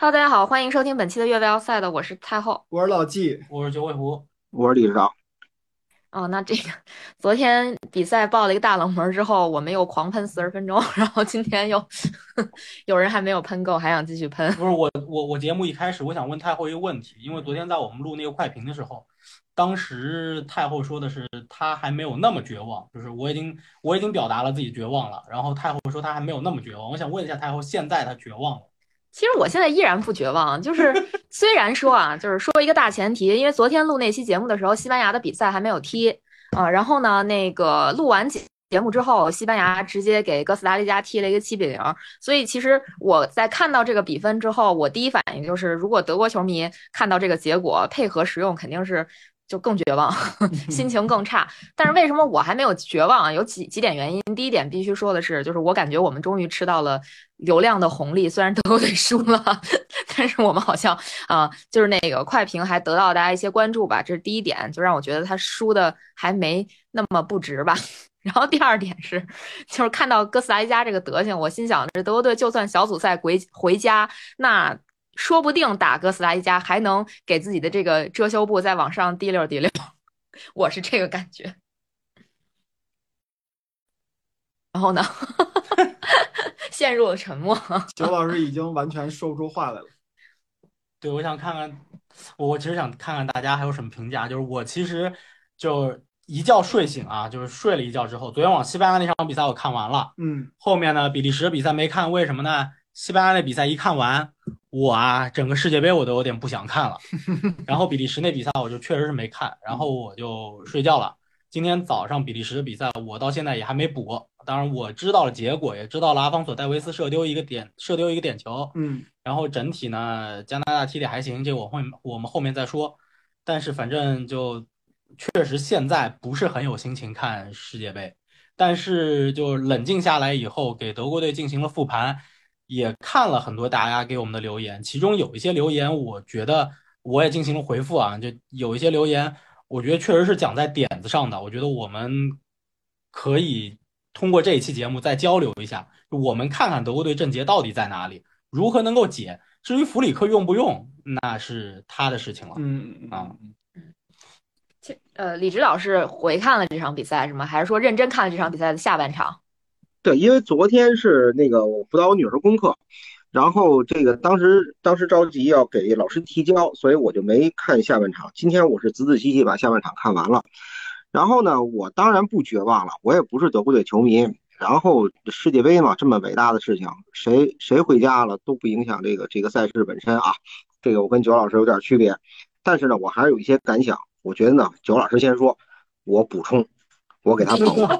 Hello，大家好，欢迎收听本期的越位要塞的，我是太后。 我是老纪。 我是九尾狐。 我是李指导。 哦，那这个昨天比赛爆了一个大冷门之后，我们又狂喷40分钟，然后今天又有人还没有喷够，还想继续喷。 不是我节目一开始我想问太后一个问题，因为昨天在我们录那个快评的时候，当时太后说的是她还没有那么绝望，就是我已经表达了自己绝望了，然后太后说她还没有那么绝望。我想问一下太后，现在她绝望了？ 其实我现在依然不绝望，就是虽然说啊，就是说一个大前提，因为昨天录那期节目的时候，西班牙的比赛还没有踢然后呢，那个录完节目之后，西班牙直接给哥斯达黎加踢了一个7-0，所以其实我在看到这个比分之后，我第一反应就是，如果德国球迷看到这个结果配合使用，肯定是就更绝望，心情更差。但是为什么我还没有绝望啊？有几点原因。第一点必须说的是，就是我感觉我们终于吃到了流量的红利，虽然德国队输了，但是我们好像就是那个快评还得到大家一些关注吧，这是第一点，就让我觉得他输的还没那么不值吧。然后第二点是，就是看到哥斯达黎加这个德行，我心想，这德国队就算小组赛回家，那说不定打哥斯达黎加还能给自己的这个遮羞布再往上提溜提溜，我是这个感觉。然后呢，陷入了沉默。 九老师已经完全说不出话来了。 对，我想看看，我其实想看看大家还有什么评价。就是我其实就一觉睡醒啊，就是睡了一觉之后，昨天晚上西班牙那场比赛我看完了， 嗯， 后面呢比利时的比赛没看，为什么呢？西班牙那比赛一看完，我啊整个世界杯我都有点不想看了。然后比利时那比赛我就确实是没看，然后我就睡觉了。今天早上比利时的比赛我到现在也还没补，当然我知道了结果，也知道了阿方索戴维斯射丢一个点球。 嗯， 然后整体呢，加拿大踢得还行，这个我们后面再说。但是反正就确实现在不是很有心情看世界杯，但是就冷静下来以后，给德国队进行了复盘，也看了很多大家给我们的留言，其中有一些留言，我觉得我也进行了回复啊，就有一些留言，我觉得确实是讲在点子上的，我觉得我们可以通过这一期节目再交流一下，我们看看德国队症结到底在哪里。如何能够解？至于弗里克用不用，那是他的事情了啊。 李指导是回看了这场比赛是吗？还是说认真看了这场比赛的下半场？ 对，因为昨天是那个我辅导我女儿功课，然后这个当时着急要给老师提交，所以我就没看下半场。今天我是仔仔细细把下半场看完了。然后呢，我当然不绝望了，我也不是德国队球迷。然后世界杯嘛，这么伟大的事情，谁回家了都不影响这个赛事本身啊。这个我跟九老师有点区别，但是呢，我还是有一些感想。我觉得呢，九老师先说，我补充，我给他捧了。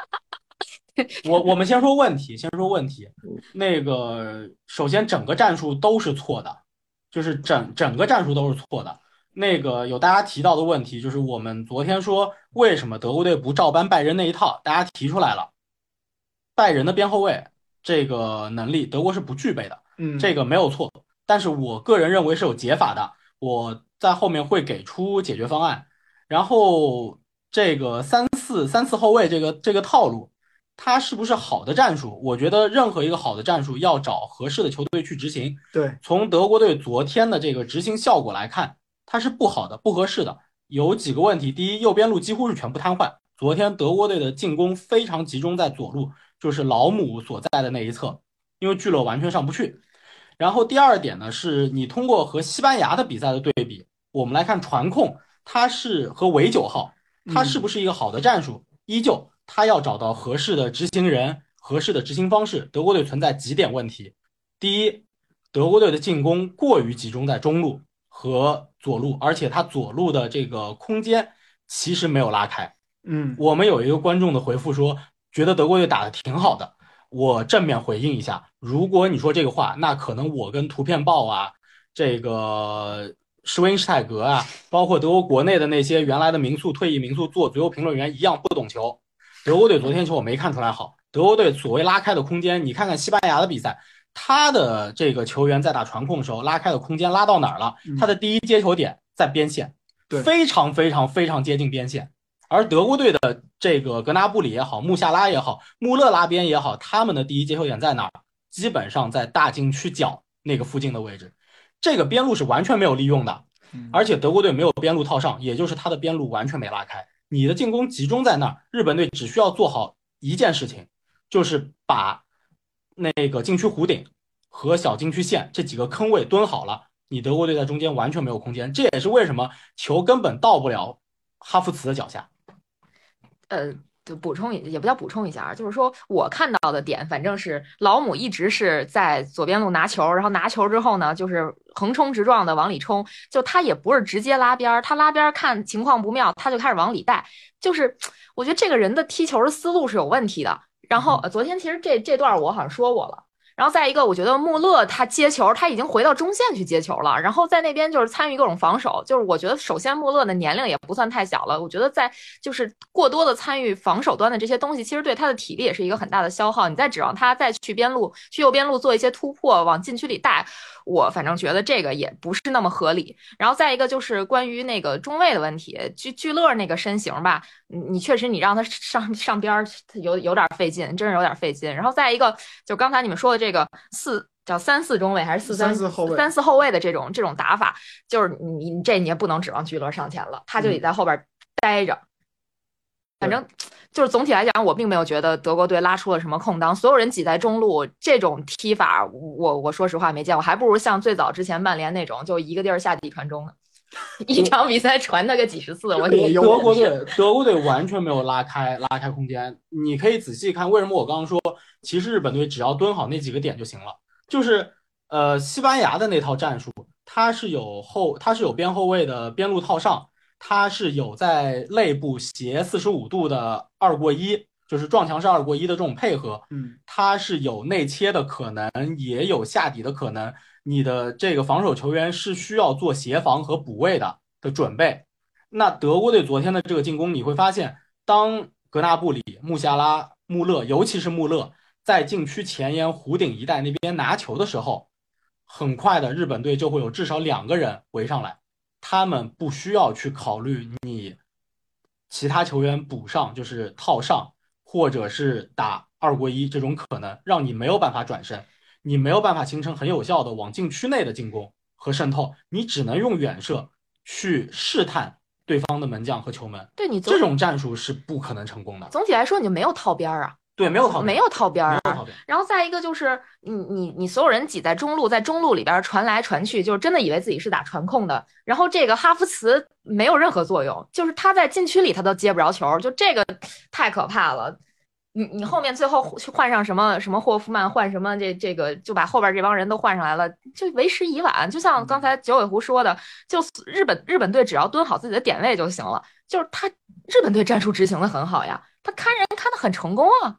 我们先说问题，先说问题。那个首先整个战术都是错的，就是整个战术都是错的。那个有大家提到的问题，就是我们昨天说为什么德国队不照搬拜仁那一套，大家提出来了。拜仁的边后卫这个能力，德国是不具备的，这嗯， 个没有错。但是我个人认为是有解法的，我在后面会给出解决方案。然后这个三四后卫这个套路，它是不是好的战术？我觉得任何一个好的战术要找合适的球队去执行。 对， 从德国队昨天的这个执行效果来看，它是不好的、不合适的。有几个问题：第一，右边路几乎是全部瘫痪。昨天德国队的进攻非常集中在左路，就是老姆所在的那一侧，因为聚勒完全上不去。然后第二点呢，是你通过和西班牙的比赛的对比，我们来看传控，它是和伪9号，它是不嗯， 是一个好的战术？依旧，他要找到合适的执行人、合适的执行方式。德国队存在几点问题：第一，德国队的进攻过于集中在中路和左路，而且他左路的这个空间其实没有拉开。 嗯， 我们有一个观众的回复说，觉得德国队打得挺好的。我正面回应一下，如果你说这个话，那可能我跟图片报啊，这个施温施泰格啊，包括德国国内的那些原来的退役民宿做足球评论员一样不懂球。德国队昨天球我没看出来好，德国队所谓拉开的空间，你看看西班牙的比赛，他的这个球员在打传控的时候拉开的空间拉到哪儿了？他的第一接球点在边线， 对， 非常非常非常接近边线。而德国队的这个格纳布里也好，穆夏拉也好，穆勒拉边也好，他们的第一接球点在哪儿？基本上在大禁区角那个附近的位置。 这个边路是完全没有利用的，而且德国队没有边路套上，也就是他的边路完全没拉开，你的进攻集中在那儿，日本队只需要做好一件事情，就是把那个禁区弧顶和小禁区线这几个坑位蹲好了，你德国队在中间完全没有空间，这也是为什么球根本到不了哈弗茨的脚下。 就补充也不叫补充一下，就是说我看到的点，反正是老姆一直是在左边路拿球，然后拿球之后呢，就是横冲直撞的往里冲，就他也不是直接拉边，他拉边看情况不妙，他就开始往里带，就是我觉得这个人的踢球的思路是有问题的。然后昨天其实这段我好像说过了。然后再一个，我觉得穆勒他接球，他已经回到中线去接球了，然后在那边就是参与各种防守。就是我觉得，首先穆勒的年龄也不算太小了，我觉得在就是过多的参与防守端的这些东西，其实对他的体力也是一个很大的消耗。你再指望他再去边路、去右边路做一些突破，往禁区里带，我反正觉得这个也不是那么合理。然后再一个就是关于那个中卫的问题，聚乐那个身形吧，你确实你让他上边有点费劲，真是有点费劲。然后再一个，就刚才你们说的这个三四中卫还是三四后卫的这种打法，就是你也不能指望聚乐上前了，他就得在后边待着。反正就是总体来讲，我并没有觉得德国队拉出了什么空当，所有人挤在中路，这种踢法我说实话没见过，还不如像最早之前曼联那种，就一个地儿下底传中呢。一场比赛传那个几十次，我德国队完全没有拉开空间。你可以仔细看，为什么我刚刚说，其实日本队只要蹲好那几个点就行了。就是西班牙的那套战术，它是有边后卫的边路套上，它是有在内部斜45度的2过1，就是撞墙式2过1的这种配合，它是有内切的可能，也有下底的可能。你的这个防守球员是需要做协防和补位的准备。那德国队昨天的这个进攻，你会发现，当格纳布里、穆夏拉、穆勒，尤其是穆勒在禁区前沿弧顶一带那边拿球的时候，很快的日本队就会有至少2个人围上来，他们不需要去考虑你其他球员补上，就是套上，或者是打2过1这种可能，让你没有办法转身。你没有办法形成很有效的往禁区内的进攻和渗透，你只能用远射去试探对方的门将和球门。 对，你这种战术是不可能成功的。 总体来说，你就没有套边啊。 对，没有套边啊。然后再一个就是你所有人挤在中路，在中路里边传来传去，就是真的以为自己是打传控的。然后这个哈弗茨没有任何作用，就是他在禁区里他都接不着球，就这个太可怕了。你后面最后换上什么霍夫曼，换什么这个，就把后边这帮人都换上来了，就为时已晚。就像刚才九尾狐说的，就日本队只要蹲好自己的点位就行了。就是日本队战术执行的很好呀，他看人看的很成功啊。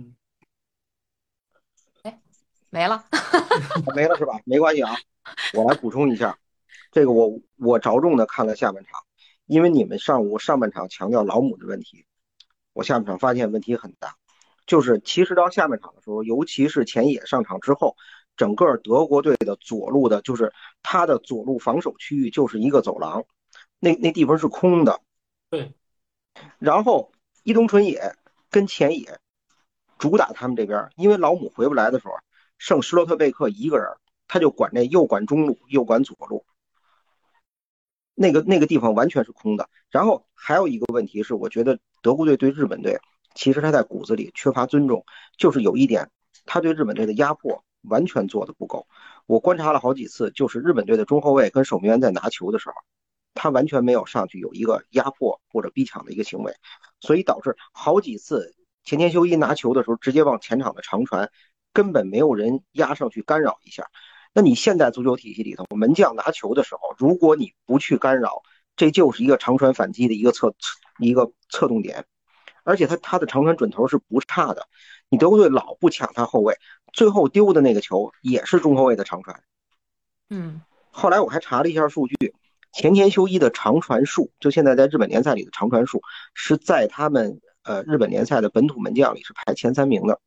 没了， 没了是吧？没关系啊，我来补充一下，这个我着重的看了下半场，因为你们上半场强调老姆的问题，我下半场发现问题很大。就是其实到下半场的时候，尤其是前野上场之后，整个德国队的左路的，就是他的左路防守区域就是一个走廊，那地方是空的。 对。 然后伊东纯也跟前野主打他们这边，因为老姆回不来的时候，剩施洛特贝克一个人，他就又管中路又管左路，那个地方完全是空的。然后还有一个问题是，我觉得德国队对日本队，其实他在骨子里缺乏尊重，就是有一点，他对日本队的压迫完全做的不够。我观察了好几次，就是日本队的中后卫跟守门员在拿球的时候，他完全没有上去有一个压迫或者逼抢的一个行为，所以导致好几次前田修一拿球的时候直接往前场的长传，根本没有人压上去干扰一下。那你现在足球体系里头，门将拿球的时候，如果你不去干扰，这就是一个长传反击的一个策动点。而且他的长传准头是不差的，你德国队老不抢他后卫，最后丢的那个球也是中后卫的长传。后来我还查了一下数据，前田修一的长传数，就现在在日本联赛里的长传数，是在他们日本联赛的本土门将里是排前3名的。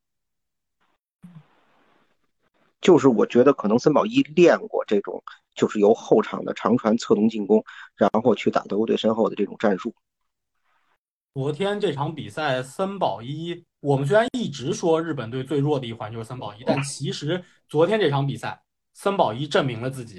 就是我觉得可能森保一练过这种，就是由后场的长传策动进攻，然后去打德国队身后的这种战术。 昨天这场比赛，森保一，我们虽然一直说日本队最弱的一环就是森保一，但其实昨天这场比赛，森保一证明了自己。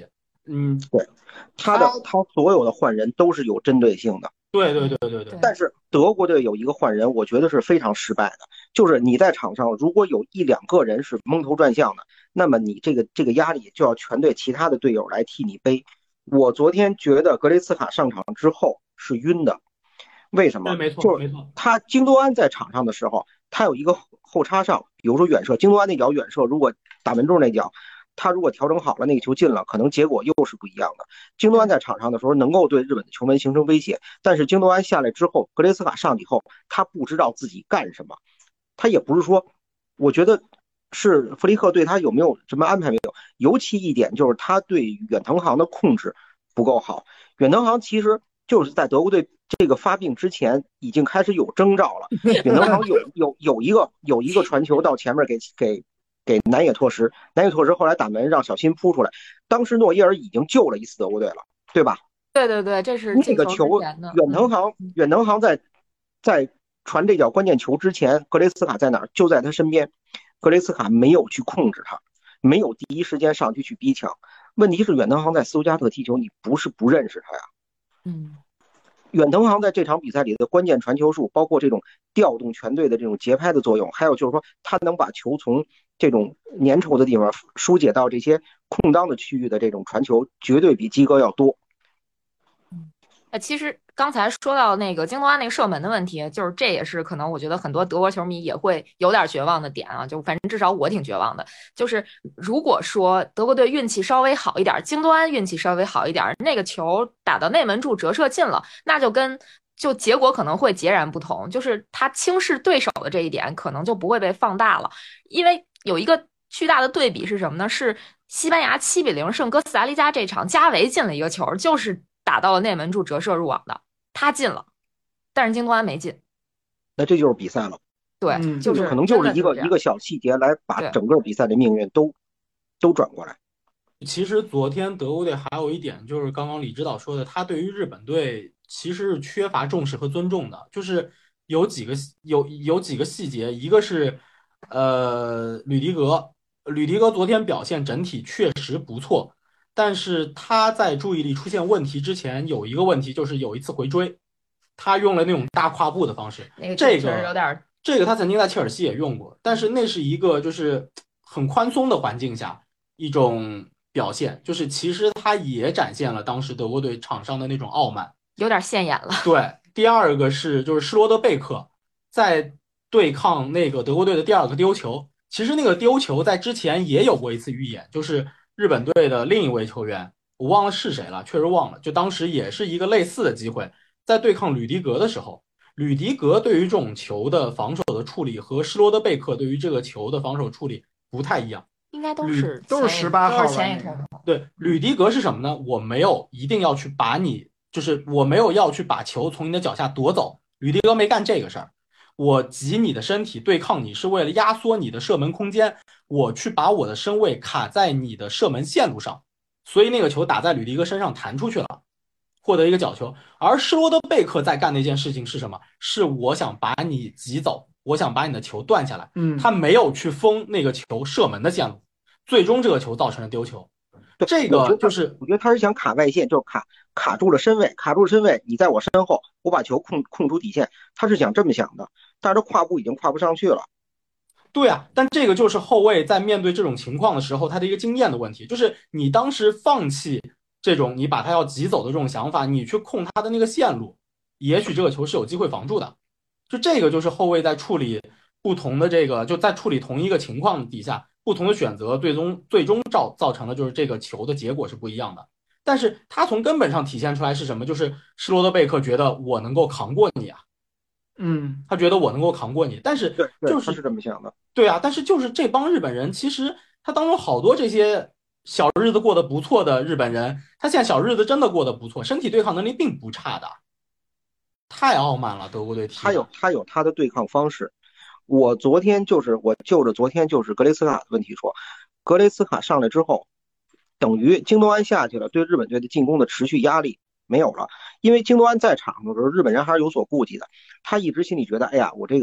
对，他所有的换人都是有针对性的。 对。 但是德国队有一个换人，我觉得是非常失败的，就是你在场上如果有一两个人是蒙头转向的，那么你这个压力就要全队其他的队友来替你背。我昨天觉得格雷斯卡上场之后是晕的，为什么？ 没错， 就是他京多安在场上的时候，他有一个后插上，比如说远射，京多安那脚远射，如果打门柱那脚，他如果调整好了，那个球进了，可能结果又是不一样的。京多安在场上的时候，能够对日本的球门形成威胁，但是京多安下来之后，格雷斯卡上去以后，他不知道自己干什么，他也不是说，我觉得是弗里克对他有没有什么安排没有，尤其一点就是他对远藤航的控制不够好。远藤航其实就是在德国队这个发病之前已经开始有征兆了。远藤航有一个传球到前面给南野拓实，南野拓实后来打门让小新扑出来，当时诺伊尔已经救了一次德国队了，对吧？ 对，这是那个球，远藤航在传这脚关键球之前，格雷斯卡在哪儿？就在他身边，格雷斯卡没有去控制他，没有第一时间上去逼抢。问题是远藤航在斯图加特踢球，你不是不认识他呀？远藤航在这场比赛里的关键传球数，包括这种调动全队的这种节拍的作用，还有就是说他能把球从这种粘稠的地方疏解到这些空当的区域的这种传球，绝对比基哥要多。 其实刚才说到那个京多安那个射门的问题，就是这也是可能我觉得很多德国球迷也会有点绝望的点啊，就反正至少我挺绝望的。就是如果说德国队运气稍微好一点，京多安运气稍微好一点，那个球打到内门柱折射进了，那就结果可能会截然不同，就是他轻视对手的这一点可能就不会被放大了。因为有一个巨大的对比是什么呢？是西班牙7-0胜哥斯达黎加这场，加维进了一个球，就是打到了内门柱折射入网的，他进了，但是京多安没进。 那这就是比赛了。 对，就是可能就是一个小细节来把整个比赛的命运都转过来。 其实昨天德国队还有一点就是刚刚李指导说的，他对于日本队其实是缺乏重视和尊重的，就是有几个细节，一个是吕迪格昨天表现整体确实不错，但是他在注意力出现问题之前有一个问题，就是有一次回追，他用了那种大跨步的方式，这个他曾经在切尔西也用过，但是那是一个就是很宽松的环境下一种表现，就是其实他也展现了当时德国队场上的那种傲慢， 有点现眼了。 对，第二个是就是施罗德贝克在对抗那个德国队的第二个丢球，其实那个丢球在之前也有过一次预演，就是日本队的另一位球员，我忘了是谁了，确实忘了，就当时也是一个类似的机会，在对抗吕迪格的时候，吕迪格对于这种球的防守的处理和施罗德贝克对于这个球的防守处理不太一样。 应该都是 18号， 前一天。 对，吕迪格是什么呢？我没有一定要去把你，就是我没有要去把球从你的脚下夺走。吕迪格没干这个事儿，我挤你的身体对抗你是为了压缩你的射门空间，我去把我的身位卡在你的射门线路上，所以那个球打在吕迪格身上弹出去了，获得一个角球。而施罗德贝克在干那件事情是什么？是我想把你挤走，我想把你的球断下来。他没有去封那个球射门的线路，最终这个球造成了丢球。这个就是我觉得他是想卡外线，就是卡住了身位，你在我身后，我把球控出底线，他是这么想的，但是他跨步已经跨不上去了。 对啊，但这个就是后卫在面对这种情况的时候他的一个经验的问题，就是你当时放弃这种你把他要挤走的这种想法，你去控他的那个线路，也许这个球是有机会防住的。就这个就是后卫在处理不同的这个，就在处理同一个情况底下不同的选择，最终造成的就是这个球的结果是不一样的。但是他从根本上体现出来是什么？就是施罗德贝克觉得我能够扛过你啊，他觉得我能够扛过你，但是就是他是这么想的。 对啊，但是就是这帮日本人，其实他当中好多这些小日子过得不错的日本人，他现在小日子真的过得不错，身体对抗能力并不差的，太傲慢了。德国队他有他的对抗方式。我就着昨天格雷斯卡的问题说，格雷斯卡上来之后，等于京多安下去了，对日本队的进攻的持续压力没有了。因为京多安在场的时候，日本人还是有所顾忌的，他一直心里觉得，哎呀，我这个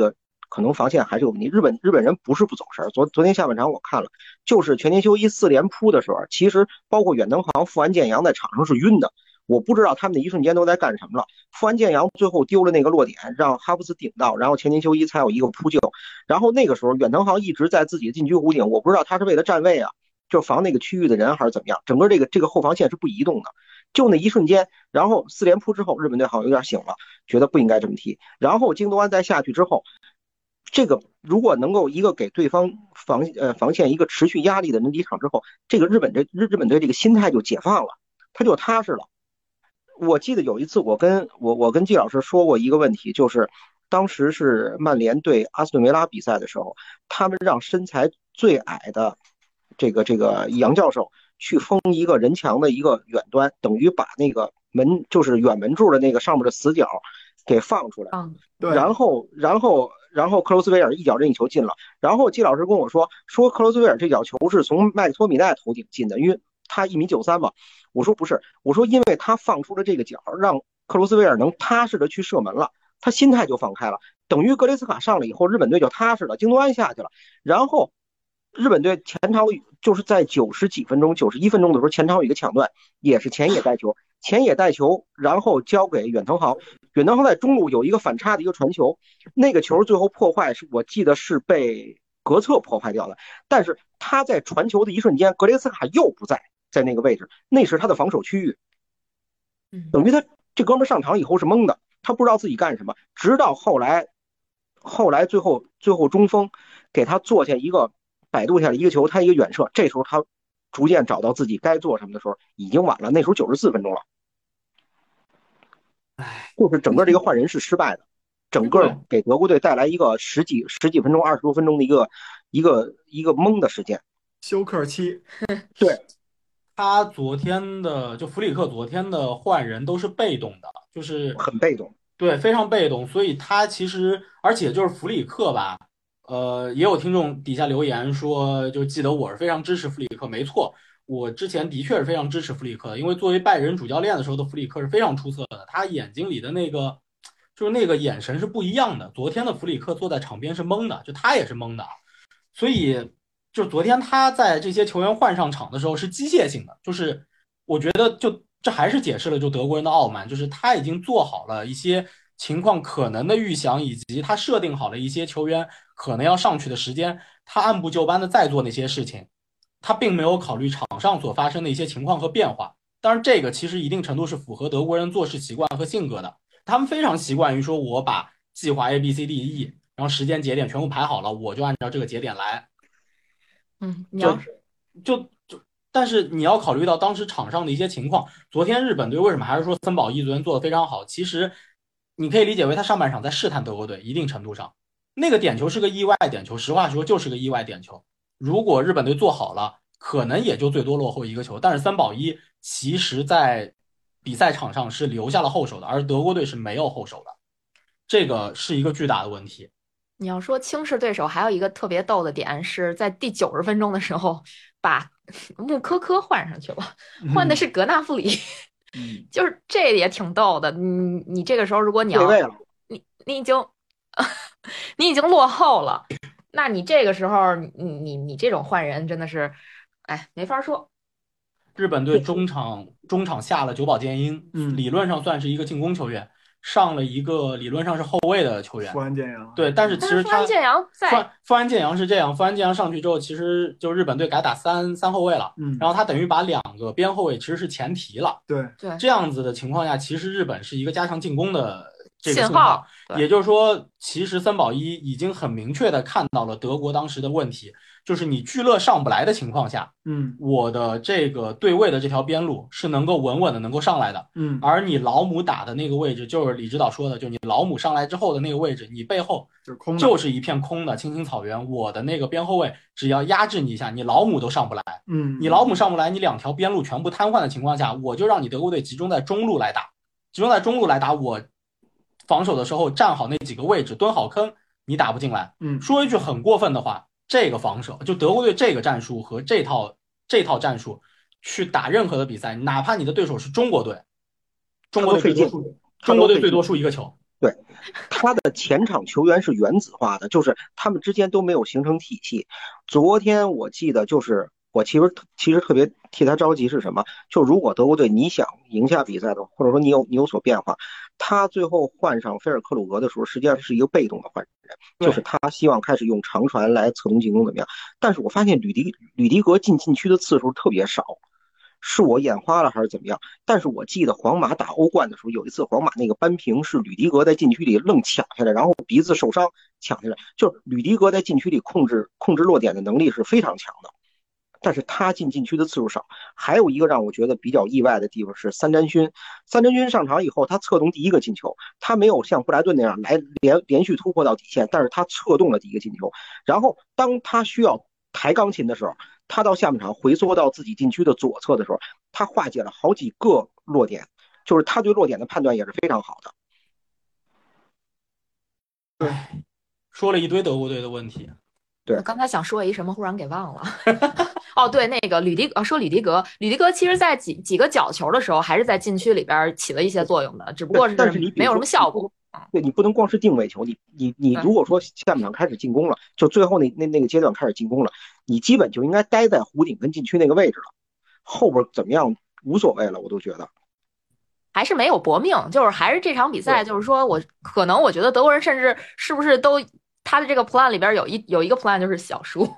可能防线还是有问题。日本人不是不走神，昨天下半场我看了，就是全天休一4连扑的时候，其实包括远藤航、富安健洋在场上是晕的。我不知道他们的一瞬间都在干什么了。富安健洋最后丢了那个落点，让哈弗斯顶到，然后前田修一才有一个扑救。然后那个时候远藤航一直在自己的禁区弧顶，我不知道他是为了站位啊，就防那个区域的人还是怎么样。整个这个后防线是不移动的，就那一瞬间。然后4连扑之后，日本队好像有点醒了，觉得不应该这么踢。然后京都安再下去之后，这个如果能够一个给对方防线一个持续压力的人离场之后，这个日本队这个心态就解放了，他就踏实了。我记得有一次我跟季老师说过一个问题，就是当时是曼联对阿斯顿维拉比赛的时候，他们让身材最矮的这个杨教授去封一个人墙的一个远端，等于把那个门就是远门柱的那个上面的死角给放出来。 对， 然后克罗斯维尔一脚任意球进了。然后季老师跟我说克罗斯维尔这脚球是从麦克托米奈头顶进的，因为他1.93米嘛。我说不是，我说因为他放出了这个脚，让克罗斯维尔能踏实的去射门了，他心态就放开了，等于格雷斯卡上了以后，日本队就踏实了，京多安下去了。然后日本队前场就是在90几分钟、91分钟的时候，前场有一个抢断，也是前野带球，然后交给远藤航。远藤航在中路有一个反差的一个传球，那个球最后破坏是我记得是被格策破坏掉的，但是他在传球的一瞬间，格雷斯卡又不在那个位置，那是他的防守区域，等于他这哥们上场以后是懵的，他不知道自己干什么，直到后来最后中锋给他做下一个摆渡下的一个球，他一个远射，这时候他逐渐找到自己该做什么的时候，已经晚了，那时候94分钟了。就是整个这个换人是失败的，整个给德国队带来一个十几分钟、20多分钟的一个懵的时间。 休克期， 对， 他昨天的弗里克昨天的换人都是被动的，就是很被动， 对，非常被动，所以他其实而且就是弗里克吧，也有听众底下留言说，就记得我是非常支持弗里克，没错，我之前的确是非常支持弗里克的，因为作为拜仁主教练的时候的弗里克是非常出色的，他眼睛里的那个就是那个眼神是不一样的。昨天的弗里克坐在场边是懵的，就他也是懵的，所以就昨天他在这些球员换上场的时候是机械性的，就是我觉得就这还是解释了就德国人的傲慢，就是他已经做好了一些情况可能的预想，以及他设定好了一些球员可能要上去的时间，他按部就班的在做那些事情，他并没有考虑场上所发生的一些情况和变化。当然，这个其实一定程度是符合德国人做事习惯和性格的，他们非常习惯于说，我把计划 A B C D E，然后时间节点全部排好了，我就按照这个节点来。 你要是但是你要考虑到当时场上的一些情况。昨天日本队为什么还是说森保一昨天做的非常好？其实你可以理解为他上半场在试探德国队，一定程度上那个点球是个意外点球，实话说就是个意外点球。如果日本队做好了，可能也就最多落后一个球。但是森保一其实在比赛场上是留下了后手的，而德国队是没有后手的，这个是一个巨大的问题。 你要说轻视对手，还有一个特别逗的点是在第90分钟的时候把穆科科换上去了，换的是格纳夫里，就是这也挺逗的。你这个时候如果你要你已经你已经落后了，那你这个时候你这种换人真的是，哎，没法说。 日本队中场下了久保建英，理论上算是一个进攻球员，上了一个理论上是后卫的球员。 富安健洋， 对，但是其实富安健洋在富安健洋是这样，富安健洋上去之后，其实就日本队改打三后卫了，然后他等于把2个边后卫其实是前提了。 对， 这样子的情况下，其实日本是一个加强进攻的这个信号， 也就是说，其实森保一已经很明确的看到了德国当时的问题。就是你聚勒上不来的情况下，我的这个对位的这条边路是能够稳稳的能够上来的，而你老姆打的那个位置，就是李指导说的，就你老姆上来之后的那个位置，你背后就是一片空的青青草原，我的那个边后卫只要压制你一下，你老姆都上不来，你老姆上不来，你2条边路全部瘫痪的情况下，我就让你德国队集中在中路来打，我防守的时候站好那几个位置，蹲好坑，你打不进来。说一句很过分的话。这个防守就德国队这个战术和这套战术去打任何的比赛，哪怕你的对手是中国队，中国队最多输1个球， 对，他的前场球员是原子化的，就是他们之间都没有形成体系。昨天我记得就是我其实特别替他着急是什么？就如果德国队你想赢下比赛的话，或者说你有所变化，他最后换上菲尔克鲁格的时候，实际上是一个被动的换人，就是他希望开始用长传来策动进攻怎么样？但是我发现吕迪格进禁区的次数特别少。是我眼花了还是怎么样？但是我记得皇马打欧冠的时候，有一次皇马那个扳平是吕迪格在禁区里愣抢下来，然后鼻子受伤抢下来，就是吕迪格在禁区里控制落点的能力是非常强的，但是他进禁区的次数少。还有一个让我觉得比较意外的地方是三笘薰上场以后，他策动第一个进球，他没有像布莱顿那样来连续突破到底线，但是他策动了第一个进球。然后当他需要抬钢琴的时候，他到下半场回缩到自己禁区的左侧的时候，他化解了好几个落点，就是他对落点的判断也是非常好的。 对， 说了一堆德国队的问题。 我刚才想说一什么，忽然给忘了。哦，对，那个说吕迪格其实在几个角球的时候，还是在禁区里边起了一些作用的，只不过但是你没有什么效果。 对，你不能光是定位球，你如果说下半场开始进攻了，就最后那个阶段开始进攻了，你基本就应该待在弧顶跟禁区那个位置了，后边怎么样无所谓了，我都觉得。 还是没有搏命，就是还是这场比赛，就是说我觉得德国人甚至是不是都他的这个 plan 里边有一个 plan 就是小输。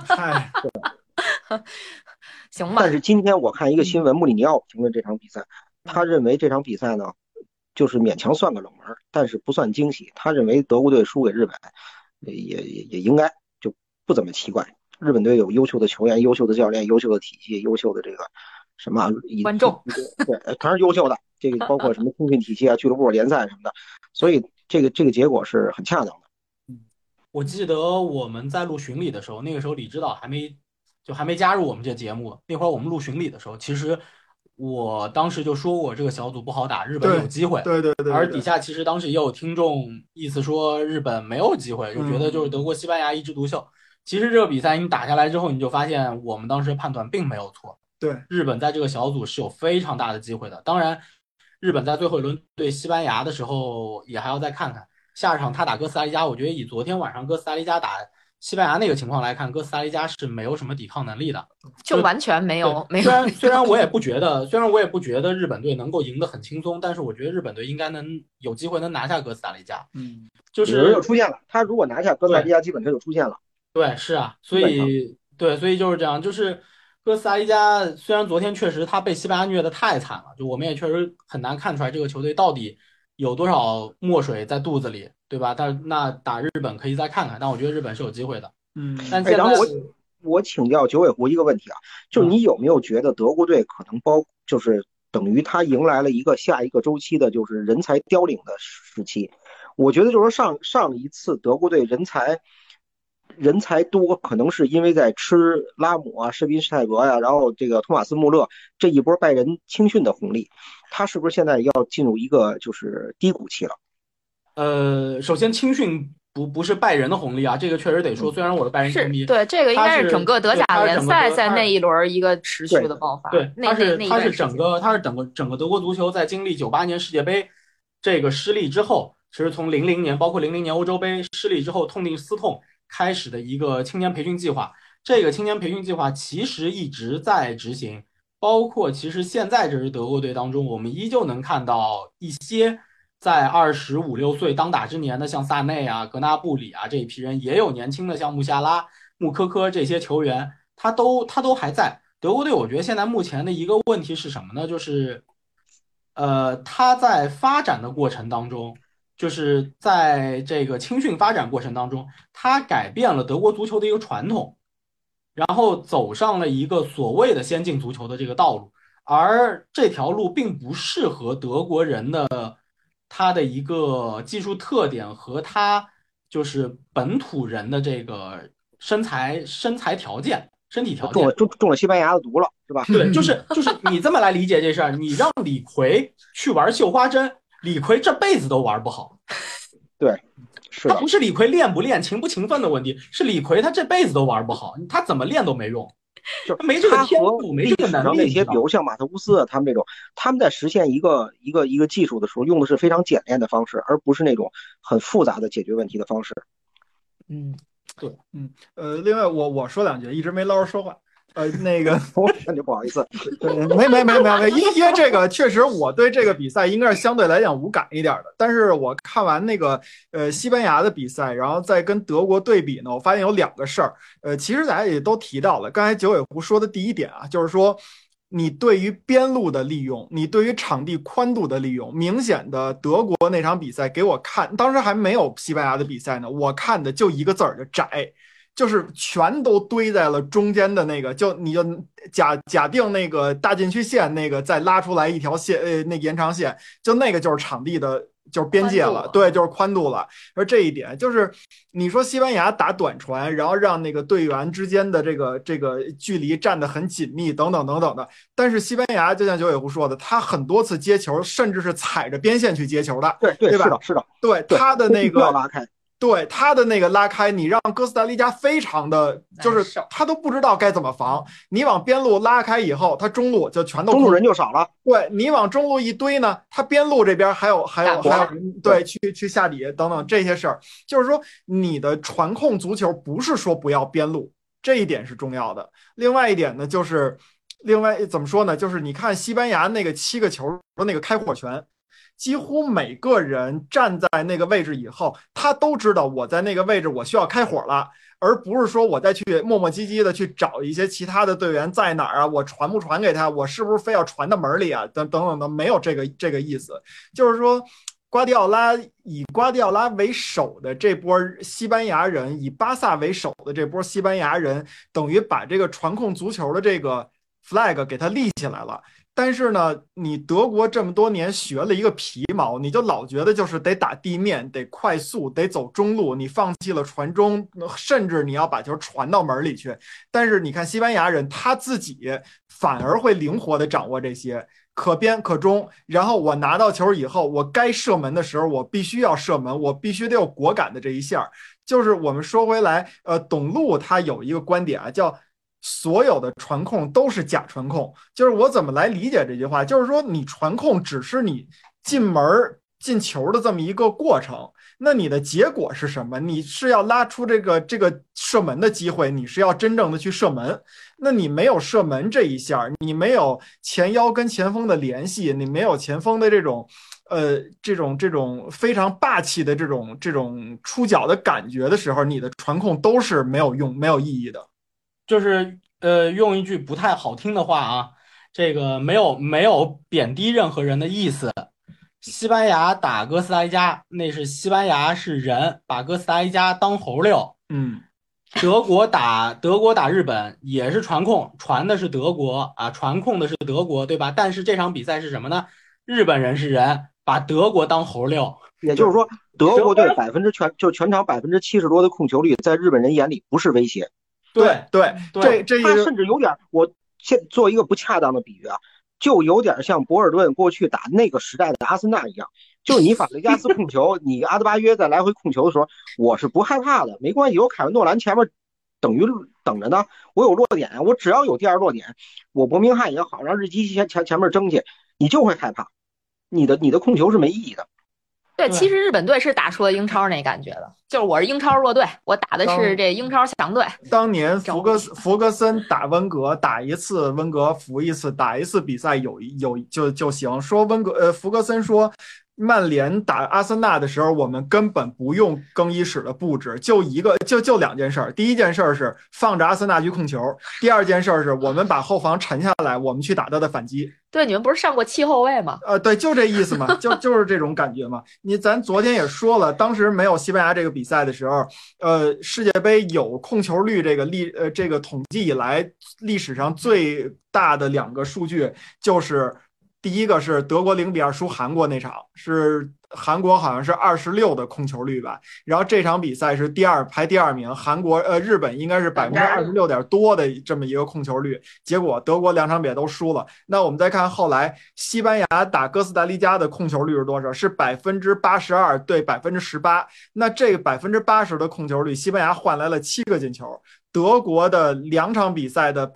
行吧。 但是今天我看一个新闻，穆里尼奥评论这场比赛，他认为这场比赛呢，就是勉强算个冷门，但是不算惊喜。他认为德国队输给日本，也应该就不怎么奇怪。日本队有优秀的球员、优秀的教练、优秀的体系、优秀的这个什么观众， 对，全是优秀的。这个包括什么通讯体系啊、俱乐部联赛什么的，所以这个结果是很恰当的。 我记得我们在录巡礼的时候，那个时候李指导还没加入我们这节目。那会儿我们录巡礼的时候，其实我当时就说过这个小组不好打，日本有机会。 对。 而底下其实当时也有听众意思说日本没有机会，就觉得就是德国、西班牙一枝独秀。其实这个比赛你打下来之后，你就发现我们当时判断并没有错。 对， 日本在这个小组是有非常大的机会的。当然，日本在最后一轮对西班牙的时候也还要再看看。下场他打哥斯达黎加，我觉得以昨天晚上哥斯达黎加打西班牙那个情况来看，哥斯达黎加是没有什么抵抗能力的， 就完全没有。 虽然我也不觉得日本队能够赢得很轻松，但是我觉得日本队应该有机会能拿下哥斯达黎加。就是就出现了，他如果拿下哥斯达黎加，基本上就出现了。 对，是啊，所以就是这样，就是哥斯达黎加虽然昨天确实他被西班牙虐得太惨了，就我们也确实很难看出来这个球队到底有多少墨水在肚子里，对吧？但那打日本可以再看看，但我觉得日本是有机会的。但现在然后我请教九尾狐一个问题啊，就是你有没有觉得德国队可能就是等于他迎来了下一个周期的就是人才凋零的时期？我觉得就是说上一次德国队人才多，可能是因为在吃拉姆啊、施宾施泰格呀，然后这个托马斯穆勒这一波拜仁青训的红利，他是不是现在要进入一个就是低谷期了？ 首先青训不是拜仁的红利啊，这个确实得说。虽然我的拜仁球迷， 对，这个应该是整个德甲联赛在那一轮一个持续的爆发。 对，它是整个德国足球在经历98年世界杯这个失利之后，其实从00年包括00年欧洲杯失利之后痛定思痛开始的一个青年培训计划。这个青年培训计划其实一直在执行，包括其实现在这支德国队当中，我们依旧能看到一些在25、26岁当打之年的，像萨内啊、格纳布里啊这一批人，也有年轻的像穆夏拉、穆科科这些球员，他都还在。德国队我觉得现在目前的一个问题是什么呢？就是他在发展的过程当中，就是在这个青训发展过程当中，他改变了德国足球的一个传统，然后走上了一个所谓的先进足球的这个道路，而这条路并不适合德国人的他的一个技术特点和他就是本土人的这个身材条件、身体条件。 中了西班牙的毒了，是吧？ 对，就是你这么来理解这事儿，你让李逵去玩绣花针，李逵这辈子都玩不好。 对。 他不是李逵练不练、勤不勤奋的问题，是李逵他这辈子都玩不好，他怎么练都没用。 就是没这个他和天赋，没历这个能力， 史上那些，比如像马特乌斯啊，他们这种，他们在实现一个技术的时候，用的是非常简练的方式，而不是那种很复杂的解决问题的方式。 嗯，对， 另外我说两句，一直没捞着说话。那个那就不好意思。 对，没，因为这个确实我对这个比赛应该是相对来讲无感一点的。但是我看完那个西班牙的比赛，然后再跟德国对比呢，我发现有两个事儿。其实大家也都提到了，刚才九尾狐说的第一点啊，就是说你对于边路的利用，你对于场地宽度的利用，明显的德国那场比赛给我看，当时还没有西班牙的比赛呢，我看的就一个字儿，就窄。就是全都堆在了中间的那个，你就假定那个大禁区线那个再拉出来一条线，那延长线，就那个就是场地的，就是边界了，对，就是宽度了。而这一点就是，你说西班牙打短传，然后让那个队员之间的这个距离站得很紧密，等等等等的。但是西班牙就像九尾狐说的，他很多次接球，甚至是踩着边线去接球的， 对吧？ 是的， 对他的那个要拉开。 对他的那个拉开，你让哥斯达黎加非常的，就是他都不知道该怎么防。你往边路拉开以后，他中路就全都中路人就少了。 对你往中路一堆呢，他边路这边还有对去下底等等这些事儿。就是说，你的传控足球不是说不要边路，这一点是重要的。另外一点呢，就是怎么说呢？就是你看西班牙那个7个球的那个开火权。几乎每个人站在那个位置以后，他都知道我在那个位置我需要开火了，而不是说我再去磨磨唧唧的去找一些其他的队员在哪儿啊，我传不传给他，我是不是非要传到门里啊，等等的，没有这个意思。就是说，以瓜迪奥拉为首的这波西班牙人，以巴萨为首的这波西班牙人，等于把这个传控足球的这个 flag 给他立起来了。但是呢，你德国这么多年学了一个皮毛，你就老觉得就是得打地面，得快速，得走中路，你放弃了传中，甚至你要把球传到门里去。但是你看西班牙人，他自己反而会灵活地掌握这些可边可中，然后我拿到球以后，我该射门的时候，我必须要射门，我必须得有果敢的这一下。就是我们说回来，董路他有一个观点啊，叫所有的传控都是假传控，就是我怎么来理解这句话？就是说你传控只是你进门进球的这么一个过程，那你的结果是什么？你是要拉出这个射门的机会，你是要真正的去射门。那你没有射门这一下，你没有前腰跟前锋的联系，你没有前锋的这种非常霸气的这种出脚的感觉的时候，你的传控都是没有用、没有意义的。 就是用一句不太好听的话啊，这个没有贬低任何人的意思。西班牙打哥斯达黎加，那是西班牙是人，把哥斯达黎加当猴溜。德国打日本也是传控，传的是德国啊，传控的是德国，对吧？但是这场比赛是什么呢？日本人是人，把德国当猴溜。 也就是说，德国队全场70%多的控球率，在日本人眼里不是威胁。 对， 他甚至有点，我先做一个不恰当的比喻啊，就有点像博尔顿过去打那个时代的阿森纳一样，就是你法雷加斯控球，你阿德巴约在来回控球的时候，我是不害怕的，没关系，有凯文诺兰前面等着呢，我有落点啊，我只要有第二落点，我伯明翰也好，让日基前面争去，你就会害怕，你的控球是没意义的。 对，其实日本队是打出了英超那感觉的，就是我是英超弱队，我打的是这英超强队。 当年福格森打温格，打一次温格服一次，打一次比赛就行。说福格森说，曼联打阿森纳的时候，我们根本不用更衣室的布置，就两件事。第一件事是放着阿森纳去控球，第二件事是我们把后防沉下来，我们去打他的反击。 对，你们不是上过7后卫吗？ 对，就这意思嘛，就是这种感觉嘛。咱昨天也说了，当时没有西班牙这个比赛的时候，世界杯有控球率这个统计以来历史上最大的2个数据，就是第一个是德国0-2输韩国那场，是韩国好像是26的控球率吧，然后这场比赛是排第二名，日本应该是26%点多的这么一个控球率，结果德国2场比赛都输了。那我们再看后来西班牙打哥斯达黎加的控球率是多少？是82%对18%。那这个80%的控球率，西班牙换来了7个进球。 德国的2场比赛的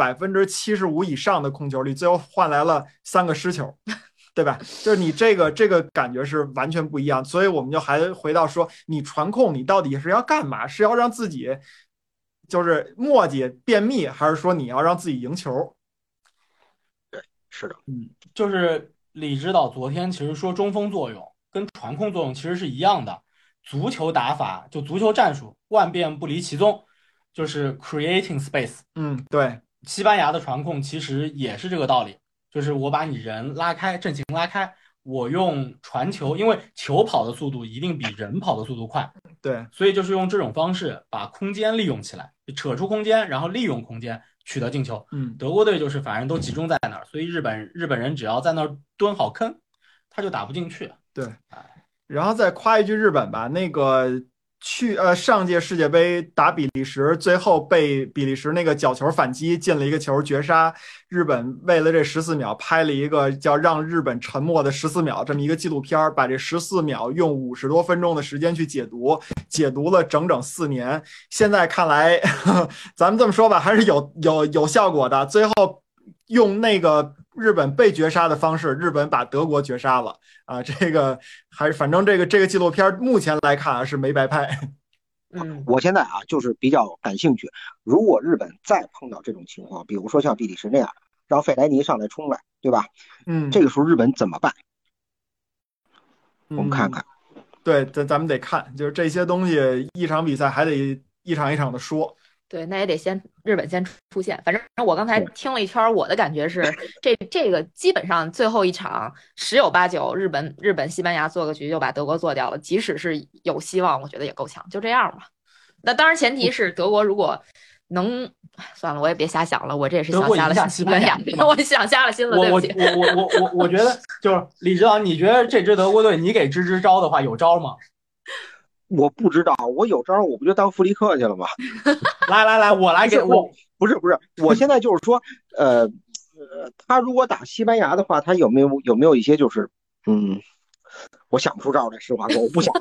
75%以上的控球率，最后换来了3个失球，对吧？就是你这个感觉是完全不一样，所以我们就还回到说，你传控你到底是要干嘛？是要让自己就是磨叽便秘，还是说你要让自己赢球？ 对，是的， 就是李指导昨天其实说中锋作用跟传控作用其实是一样的，足球打法就足球战术万变不离其宗，就是 creating space。 对， 西班牙的传控其实也是这个道理，就是我把你人拉开，阵型拉开，我用传球，因为球跑的速度一定比人跑的速度快， 对， 所以就是用这种方式把空间利用起来，扯出空间，然后利用空间取得进球。德国队就是反正都集中在那儿，所以日本人只要在那儿蹲好坑，他就打不进去。 对，然后再夸一句日本吧，那个上届世界杯打比利时，最后被比利时那个角球反击进了一个球绝杀。日本为了这14秒拍了一个叫《让日本沉默的14秒》这么一个纪录片，把这14秒用50多分钟的时间去解读了整整4年。现在看来，咱们这么说吧，还是有效果的。最后用那个日本被绝杀的方式，日本把德国绝杀了啊！这个还是反正这个纪录片目前来看是没白拍。 我现在就是比较感兴趣，如果日本再碰到这种情况，比如说像比利时那样，让费莱尼上来冲来，对吧？这个时候日本怎么办？我们看看。 对，咱们得看，就是这些东西，一场比赛还得一场一场的说。 对，那也得日本先出现。反正我刚才听了一圈，我的感觉是，这个基本上最后一场10有8九，日本西班牙做个局就把德国做掉了。即使是有希望，我觉得也够呛。就这样吧。那当然前提是德国如果能，算了，我也别瞎想了，我这也是想瞎了西班牙， 我想瞎了心了，对不起。 我觉得就是李指导，你觉得这支德国队你给支招的话有招吗？ 我不知道，我有招我不就当弗里克去了吗？ 来，我来给我不是，我现在就是说，他如果打西班牙的话，他有没有一些就是我想不出招来，实话说我不想。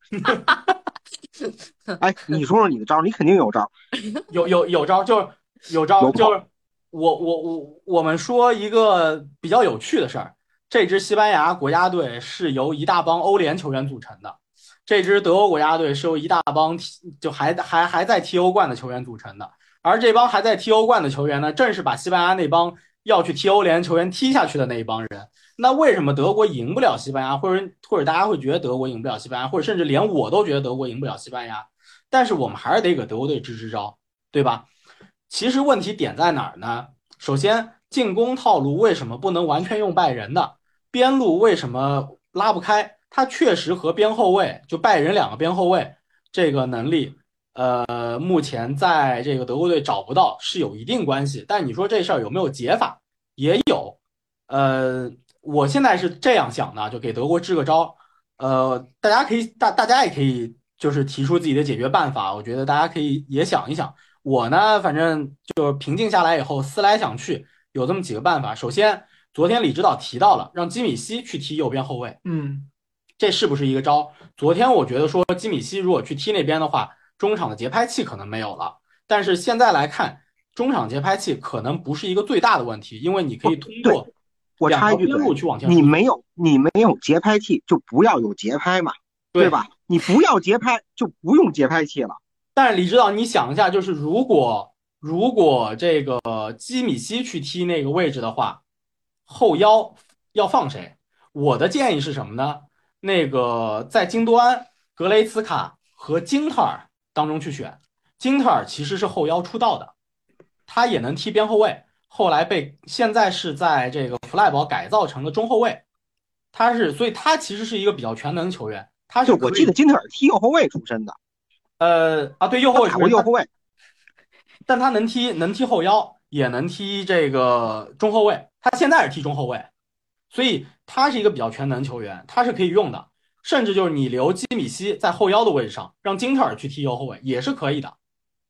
哎，你说说你的招，你肯定有招。 有招，就是有招，就是我们说一个比较有趣的事儿，这支西班牙国家队是由一大帮欧联球员组成的。这支德国国家队是由一大帮就还在踢欧冠的球员组成的，而这帮还在踢欧冠的球员呢，正是把西班牙那帮要去踢欧联球员踢下去的那一帮人。那为什么德国赢不了西班牙，或者大家会觉得德国赢不了西班牙，或者甚至连我都觉得德国赢不了西班牙？但是我们还是得给德国队支招，对吧？其实问题点在哪儿呢？首先，进攻套路为什么不能完全用拜仁的？边路为什么拉不开？他确实和边后卫就拜仁2个边后卫这个能力，目前在这个德国队找不到是有一定关系。但你说这事儿有没有解法？也有。我现在是这样想的，就给德国支个招。大家可以大家也可以就是提出自己的解决办法。我觉得大家可以也想一想。我呢，反正就是平静下来以后思来想去，有这么几个办法。首先，昨天李指导提到了让基米希去踢右边后卫。这是不是一个招？昨天我觉得说基米希如果去踢那边的话，中场的节拍器可能没有了。但是现在来看，中场节拍器可能不是一个最大的问题，因为你可以通过两条边路去往前。 你没有节拍器就不要有节拍嘛，对吧？你不要节拍就不用节拍器了。 但是李指导，你想一下，就是如果这个基米希去踢那个位置的话，后腰要放谁？我的建议是什么呢？那个在京多安、格雷茨卡和金特尔当中去选。金特尔其实是后腰出道的，他也能踢边后卫，后来现在是在这个弗赖堡改造成了中后卫。所以他其实是一个比较全能球员。 我记得金特尔踢右后卫出身的。 对，右后卫打过右后卫， 但他能踢后腰，也能踢这个中后卫。他现在是踢中后卫，所以他是一个比较全能球员，他是可以用的。甚至就是你留基米希在后腰的位置上，让金特尔去踢右后卫也是可以的。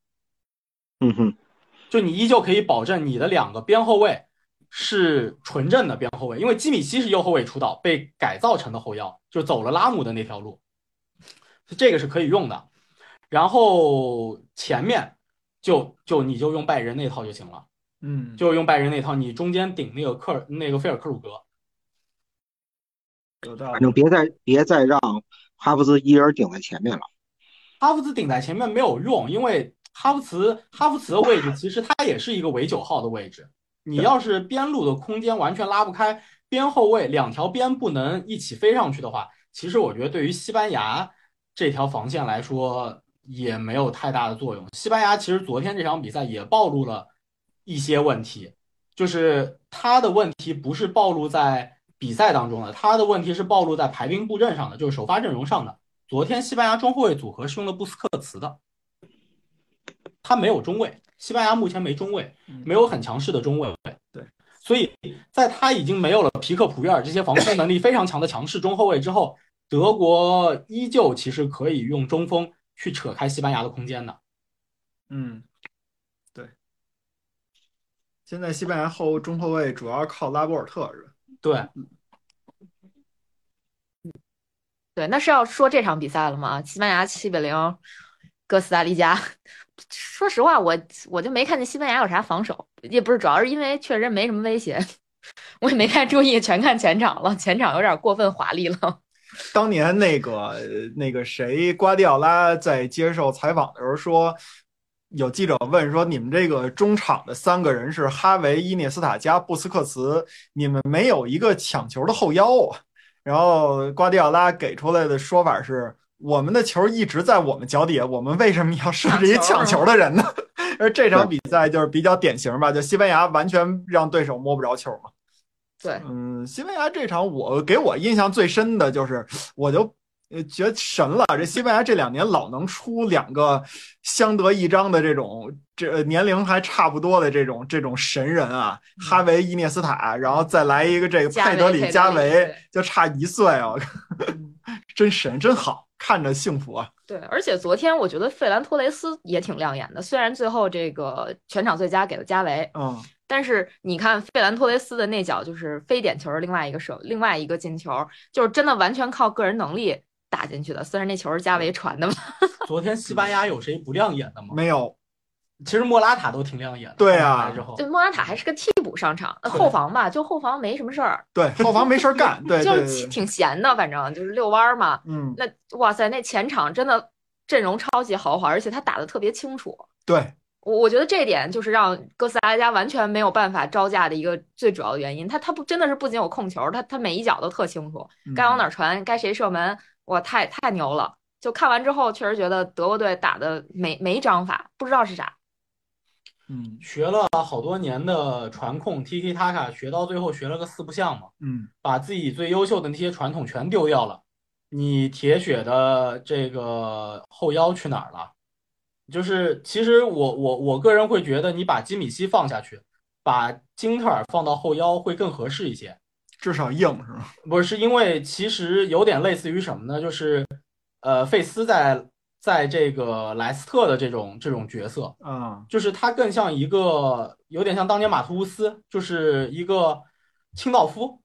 就你依旧可以保证你的2个边后卫是纯正的边后卫，因为基米希是右后卫出道，被改造成的后腰，就走了拉姆的那条路，这个是可以用的。然后前面你就用拜仁那套就行了， 嗯， 就用拜仁那套，你中间顶那个菲尔克鲁格， 反正别再让哈弗兹一人顶在前面了。 哈弗茨顶在前面没有用，因为哈弗茨的位置其实它也是一个伪9号的位置。你要是边路的空间完全拉不开，边后卫两条边不能一起飞上去的话，其实我觉得对于西班牙这条防线来说也没有太大的作用。西班牙其实昨天这场比赛也暴露了一些问题，就是他的问题不是暴露在比赛当中的，他的问题是暴露在排兵布阵上的，就是首发阵容上的。昨天西班牙中后卫组合是用的布斯克茨的，他没有中卫，西班牙目前没中卫，没有很强势的中卫。 对， 所以在他已经没有了皮克普约尔这些防空能力非常强的强势中后卫之后，德国依旧其实可以用中锋去扯开西班牙的空间的。 对。现在西班牙中后卫主要靠拉波尔特是吧？ 对。 对，那是要说这场比赛了吗？西班牙7-0哥斯达黎加。说实话，我就没看见西班牙有啥防守，也不是，主要是因为确实没什么威胁，我也没太注意，全看前场了，前场有点过分华丽了。 当年那个谁，瓜迪奥拉在接受采访的时候说，有记者问说，你们这个中场的3个人是哈维、伊涅斯塔加布斯克茨，你们没有一个抢球的后腰啊？然后瓜迪奥拉给出来的说法是，我们的球一直在我们脚底下，我们为什么要设置一抢球的人呢？而这场比赛就是比较典型吧，就西班牙完全让对手摸不着球嘛。 对， 西班牙这场给我印象最深的就是，我就觉得神了，这西班牙这2年老能出2个相得益彰的这年龄还差不多的这种神人啊，哈维、伊涅斯塔，然后再来一个这个佩德里、加维，就差1岁啊，真神，真好，看着幸福啊。 对，而且昨天我觉得费兰托雷斯也挺亮眼的，虽然最后这个全场最佳给了加维，但是你看费兰托雷斯的那脚就是非点球，另外一个进球，就是真的完全靠个人能力打进去的。虽然那球是加维传的吧。 昨天西班牙有谁不亮眼的吗？ 没有， 其实莫拉塔都挺亮眼的。 对啊， 就莫拉塔还是个替补上场，后防吧，就后防没什么事儿。 对，后防没事干，对， 就是挺闲的，反正就是遛弯嘛。那哇塞，那前场真的阵容超级豪华，而且他打的特别清楚。 对。 我觉得这点就是让哥斯达黎加完全没有办法招架的一个最主要的原因。他不真的是不仅有控球，他每一脚都特清楚，该往哪传，该谁射门，哇，太牛了！就看完之后，确实觉得德国队打的没章法，不知道是啥。 学了好多年的传控 Tiki Taka， 学到最后学了个4不像嘛，把自己最优秀的那些传统全丢掉了。你铁血的这个后腰去哪儿了？就是其实我个人会觉得，你把基米希放下去，把金特尔放到后腰会更合适一些， 至少硬是吧？ 不是，因为其实有点类似于什么呢？就是费斯在这个莱斯特的这种角色，就是他更像一个有点像当年马图乌斯，就是一个清道夫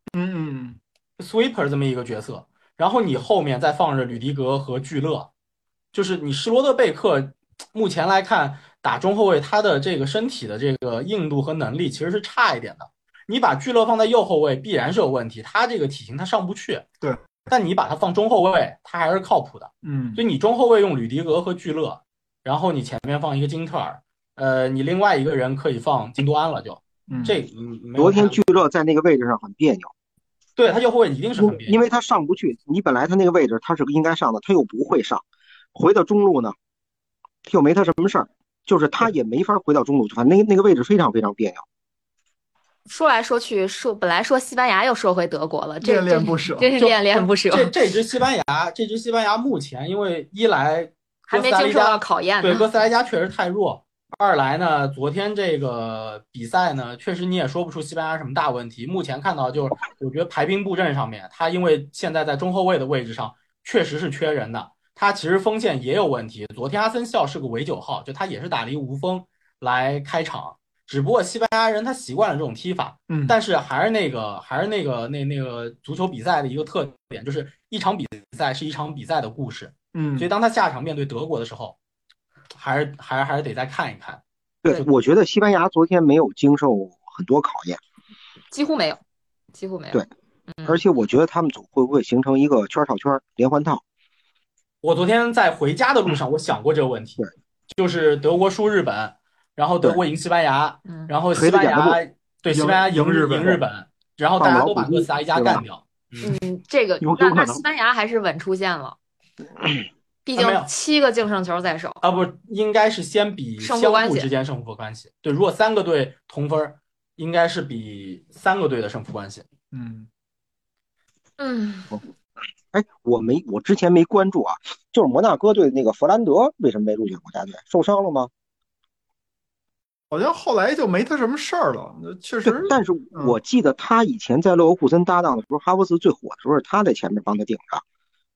，sweeper 这么一个角色。然后你后面再放着吕迪格和聚勒，就是你施罗德贝克。目前来看，打中后卫他的这个身体的这个硬度和能力其实是差一点的。你把聚勒放在右后卫必然是有问题，他这个体型他上不去。 对， 但你把他放中后卫，他还是靠谱的。所以你中后卫用吕迪格和聚勒，然后你前面放一个金特尔，你另外一个人可以放金多安了就。 昨天聚勒在那个位置上很别扭。 对，他右后卫一定是很别扭， 因为他上不去。你本来他那个位置他是应该上的，他又不会上，回到中路呢。又没他什么事儿，就是他也没法回到中路，反正那个位置非常非常别扭。 说来说去，本来说西班牙又说回德国了， 恋恋不舍， 真是恋恋不舍。 这支西班牙目前因为一来还没经受到考验， 对哥斯达黎加确实太弱；二来呢，昨天这个比赛呢，确实你也说不出西班牙什么大问题。目前看到就是，我觉得排兵布阵上面，他因为现在在中后卫的位置上确实是缺人的。他其实锋线也有问题，昨天阿森西奥是个伪9号，就他也是打了一个无锋来开场，只不过西班牙人他习惯了这种踢法，但是还是那个足球比赛的一个特点，就是一场比赛是一场比赛的故事，所以当他下场面对德国的时候，还是得再看一看。 对，我觉得西班牙昨天没有经受很多考验， 几乎没有，几乎没有。 对，而且我觉得他们组会不会形成一个圈套圈连环套？ 我昨天在回家的路上，我想过这个问题，就是德国输日本，然后德国赢西班牙，然后西班牙赢日本，然后大家都把哥斯达黎加干掉。 这个那西班牙还是稳出线了。毕竟7个净胜球在手啊，不，应该是先比相互之间胜负关系。对，如果3个队同分，应该是比3个队的胜负关系。 哎，我之前没关注啊，就是摩纳哥队那个弗兰德为什么没入选国家队？受伤了吗？ 好像后来就没他什么事儿了，确实。 但是我记得他以前在勒沃库森搭档的时候，哈弗茨最火的时候，他在前面帮他顶着。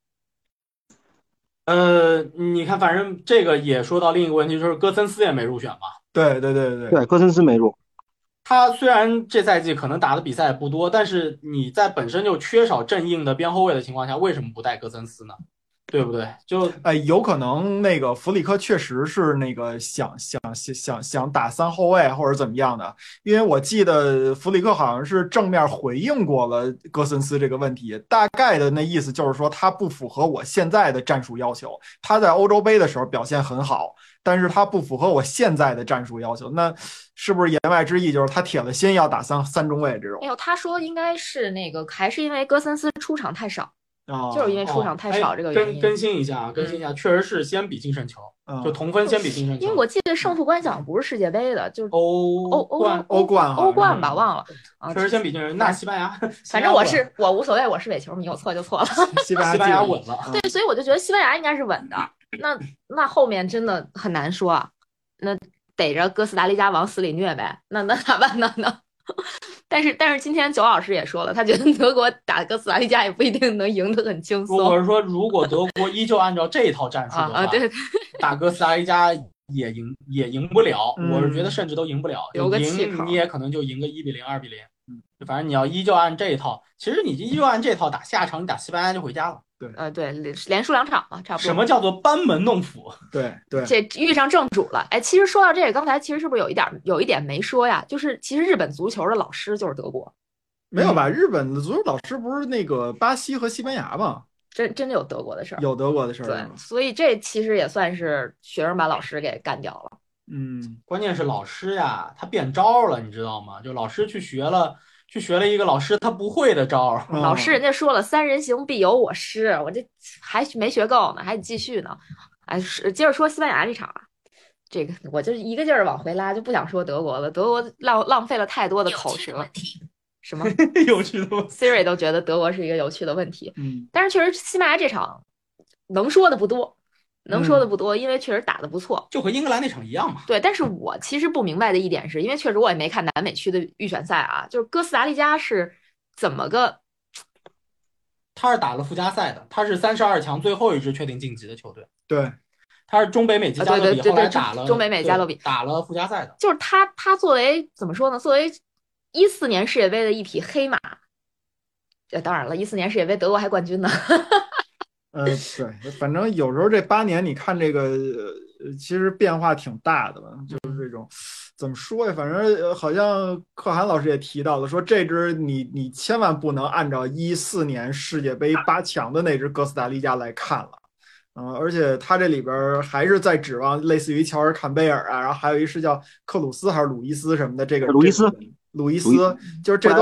你看，反正这个也说到另一个问题，就是戈森斯也没入选嘛。 对， 戈森斯没入。 他虽然这赛季可能打的比赛也不多，但是你在本身就缺少正印的边后卫的情况下，为什么不带戈森斯呢？对不对？就有可能那个弗里克确实是那个想打3后卫或者怎么样的，因为我记得弗里克好像是正面回应过了戈森斯这个问题，大概的那意思就是说他不符合我现在的战术要求，他在欧洲杯的时候表现很好，但是他不符合我现在的战术要求，那是不是言外之意就是他铁了心要打三中卫这种？ 没有，他说应该是那个还是因为戈森斯出场太少。就是因为出场太少这个原因。 更新一下，确实是先比净胜球，就同分先比净胜球。 因为我记得胜负关系好像不是世界杯的，就是欧冠吧，忘了。 确实先比净胜球。那西班牙， 反正我无所谓，我是伪球迷，我错就错了。 西班牙稳了。 对，所以我就觉得西班牙应该是稳的。那后面真的很难说啊。那逮着哥斯达黎加往死里虐呗。那咋办呢？但是今天九老师也说了，他觉得德国打哥斯达黎加也不一定能赢得很轻松。 我是说，如果德国依旧按照这一套战术的话， 对， 打哥斯达黎加也赢不了。我是觉得甚至都赢不了，赢你也可能就赢个1-0、2-0。反正你要依旧按这一套，其实你依旧按这套打，下场你打西班牙就回家了。 对，连输2场嘛，差不多。 什么叫做班门弄斧？ 对， 这遇上正主了。哎，其实说到这个，刚才其实是不是有一点没说呀？就是其实日本足球的老师就是德国。 没有吧？日本的足球老师不是那个巴西和西班牙吗？ 真的有德国的事儿， 有德国的事儿。 对，所以这其实也算是学生把老师给干掉了。 关键是老师呀，他变招了，你知道吗？就老师去学了一个老师他不会的招。 老师人家说了，3人行必有我师，我这还没学够呢，还得继续呢。哎，接着说西班牙这场啊，这个我就一个劲儿往回拉，就不想说德国了。德国浪费了太多的口舌。什么有趣的 ？Siri 都觉得德国是一个有趣的问题。但是确实西班牙这场能说的不多，因为确实打得不错， 就和英格兰那场一样嘛。 对，但是我其实不明白的一点是，因为确实我也没看南美区的预选赛啊，就是哥斯达黎加是怎么个？ 他是打了附加赛的，他是32强最后一支确定晋级的球队。 对， 他是中北美及加勒比，后来打了中北美加勒比， 打了附加赛的。 就是他作为怎么说呢？作为14年世界杯的一匹黑马，当然了，14年世界杯德国还冠军呢。 对，反正有时候这8年，你看这个，其实变化挺大的吧，就是这种，怎么说呀？反正好像可汗老师也提到了，说这支你千万不能按照14年世界杯8强的那支哥斯达黎加来看了。而且他这里边还是在指望类似于乔尔坎贝尔啊，然后还有一是叫克鲁斯还是鲁伊斯什么的，这个鲁伊斯， 就是这都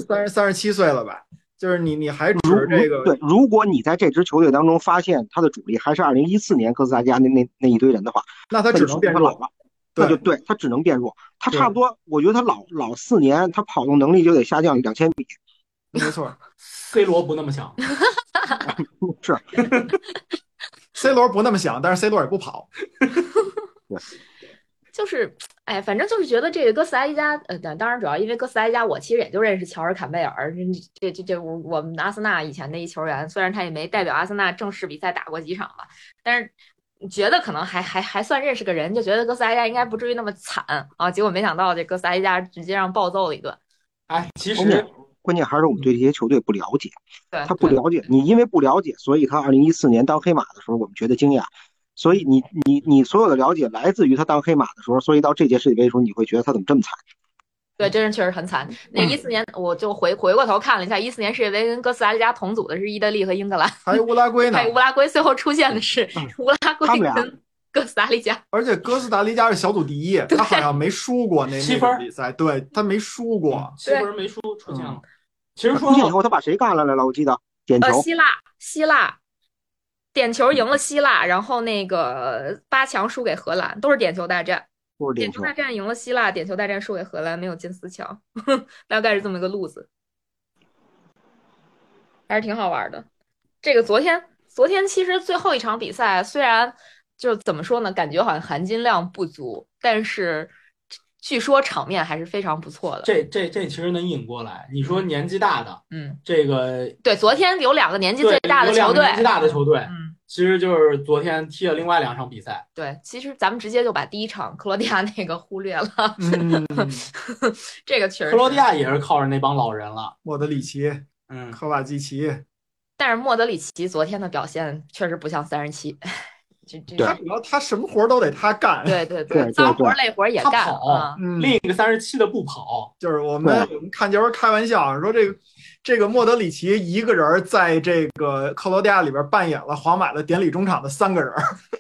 37岁了吧？就是你还指这个？ 对，如果你在这支球队当中发现他的主力还是2014年哥斯达黎加那一堆人的话， 那他只能变弱了。那就对他只能变弱，他差不多，我觉得他老4年，他跑动能力就得下降2000米。 没错 ，C 罗不那么强， 是。 C 罗不那么想，但是 C 罗也不跑。 就是，哎，反正就是觉得这个哥斯达黎加，当然主要因为哥斯达黎加，我其实也就认识乔尔坎贝尔，这我们阿森纳以前的一球员，虽然他也没代表阿森纳正式比赛打过几场吧，但是觉得可能还算认识个人，就觉得哥斯达黎加应该不至于那么惨啊，结果没想到这哥斯达黎加直接让暴揍了一顿。 哎，其实关键还是我们对这些球队不了解， 对， 他不了解你，因为不了解，所以他2014年当黑马的时候，我们觉得惊讶。 所以你所有的了解来自于他当黑马的时候，所以到这届世界杯的时候，你会觉得他怎么这么惨？ 对，真是确实很惨。那14年，我就回过头看了一下14年世界杯跟哥斯达黎加同组的是意大利和英格兰， 还有乌拉圭呢， 还有乌拉圭，最后出现的是乌拉圭他们俩跟哥斯达黎加。 而且哥斯达黎加是小组第一，他好像没输过那 7分比赛，对他没输过 ，7分没输出现了。其实说出现以后，他把谁干了来了？我记得点球， 希腊点球赢了希腊，然后那个8强输给荷兰，都是点球大战。 不是点球大战赢了希腊，点球大战输给荷兰，没有进4强，大概是这么个路子，还是挺好玩的。这个昨天其实最后一场比赛，虽然就怎么说呢，感觉好像含金量不足，但是据说场面还是非常不错的。 这其实能引过来。你说年纪大的，这个对，昨天有2个年纪最大的球队， 年纪大的球队，其实就是昨天踢了另外2场比赛。 对，其实咱们直接就把第一场克罗地亚那个忽略了。这个确实， 克罗地亚也是靠着那帮老人了， 莫德里奇，科瓦基奇。 但是莫德里奇昨天的表现确实不像37。 他主要他什么活都得他干， 对，脏活累活也干。 他跑，另一个37的不跑， 就是我们看球开玩笑说这个莫德里奇一个人在这个克罗地亚里边扮演了皇马的典礼中场的3个人。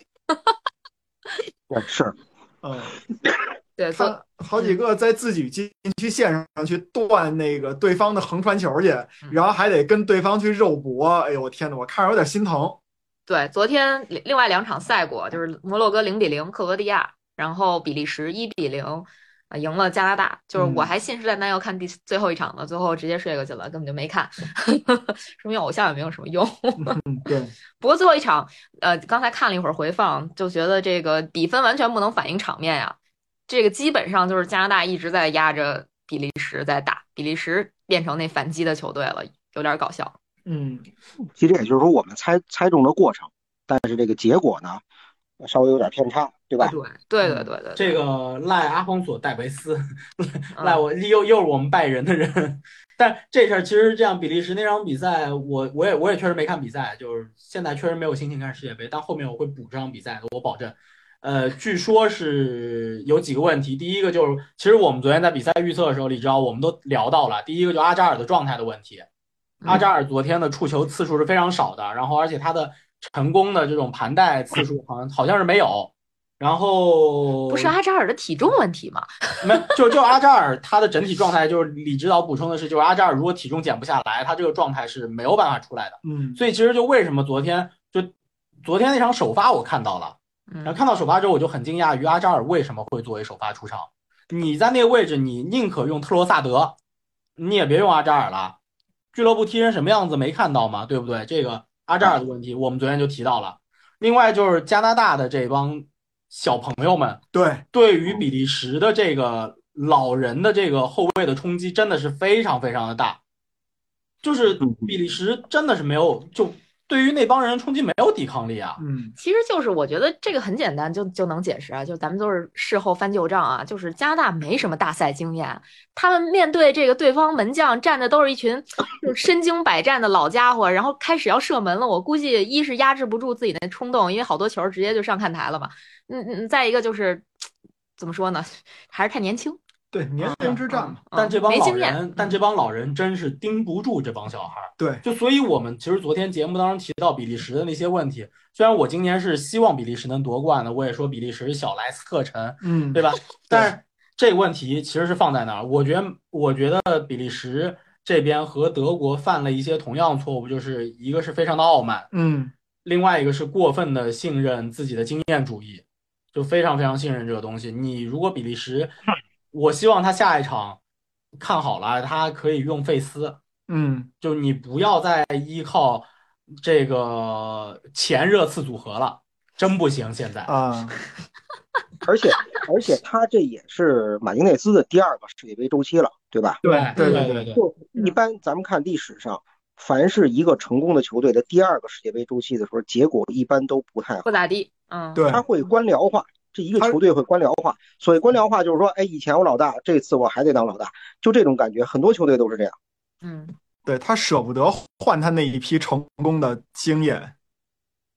是， 对， 他好几个在自己禁区线上去断那个对方的横传球去，然后还得跟对方去肉搏。哎呦我天哪，我看着有点心疼。 对，昨天另外2场赛果就是摩洛哥0-0克罗地亚，然后比利时1-0赢了加拿大。就是我还信誓旦旦要看最后一场呢，最后直接睡过去了，根本就没看。说明偶像也没有什么用。 对。 不过最后一场，刚才看了一会儿回放，就觉得这个比分完全不能反映场面呀。这个基本上就是加拿大一直在压着比利时在打，比利时变成那反击的球队了，有点搞笑。 其实也就是说我们猜中了过程，但是这个结果呢，稍微有点偏差，对吧？ 对， 这个赖阿方索戴维斯，赖我又是我们拜仁的人。但这事儿其实这样，比利时那场比赛，我也确实没看比赛，就是现在确实没有心情看世界杯，但后面我会补这场比赛的，我保证。据说是有几个问题，第一个就是，其实我们昨天在比赛预测的时候，李指导我们都聊到了，第一个就是阿扎尔的状态的问题。阿扎尔昨天的触球次数是非常少的，然后而且他的成功的这种盘带次数好像是没有。然后不是阿扎尔的体重问题吗？ 没，就阿扎尔他的整体状态，就是李指导补充的是，就是阿扎尔如果体重减不下来，他这个状态是没有办法出来的。所以其实就为什么昨天那场首发我看到了，然后看到首发之后我就很惊讶于阿扎尔为什么会作为首发出场。你在那个位置，你宁可用特罗萨德，你也别用阿扎尔了。俱乐部踢成什么样子没看到吗？对不对？这个阿扎尔的问题我们昨天就提到了。另外就是加拿大的这帮小朋友们，对于比利时的这个老人的这个后卫的冲击真的是非常非常的大，就是比利时真的是没有，就对于那帮人冲击没有抵抗力啊。 其实就是我觉得这个很简单，就能解释啊，就咱们都是事后翻旧账啊，就是加拿大没什么大赛经验，他们面对这个对方门将站的都是一群就是身经百战的老家伙，然后开始要射门了，我估计一是压制不住自己的冲动，因为好多球直接就上看台了嘛，再一个就是怎么说呢，还是太年轻。 对，年龄之战嘛。 但这帮老人真是盯不住这帮小孩。 对， 就所以我们其实昨天节目当中提到比利时的那些问题，虽然我今年是希望比利时能夺冠的，我也说比利时小莱斯特城，对吧？但是这个问题其实是放在哪儿？我觉得比利时这边和德国犯了一些同样错误，就是一个是非常的傲慢，另外一个是过分的信任自己的经验主义，就非常非常信任这个东西。你如果比利时，我希望他下一场看好了，他可以用费斯，就你不要再依靠这个前热刺组合了，真不行现在啊。 而且他这也是马丁内斯的第2个世界杯周期了，对吧？ 对。 就一般咱们看历史上，凡是一个成功的球队的第2个世界杯周期的时候，结果一般都不太好， 不咋地。 对， 他会官僚化。这一个球队会官僚化，所以官僚化就是说，哎，以前我老大，这次我还得当老大，就这种感觉，很多球队都是这样。 对，他舍不得换他那一批成功的经验。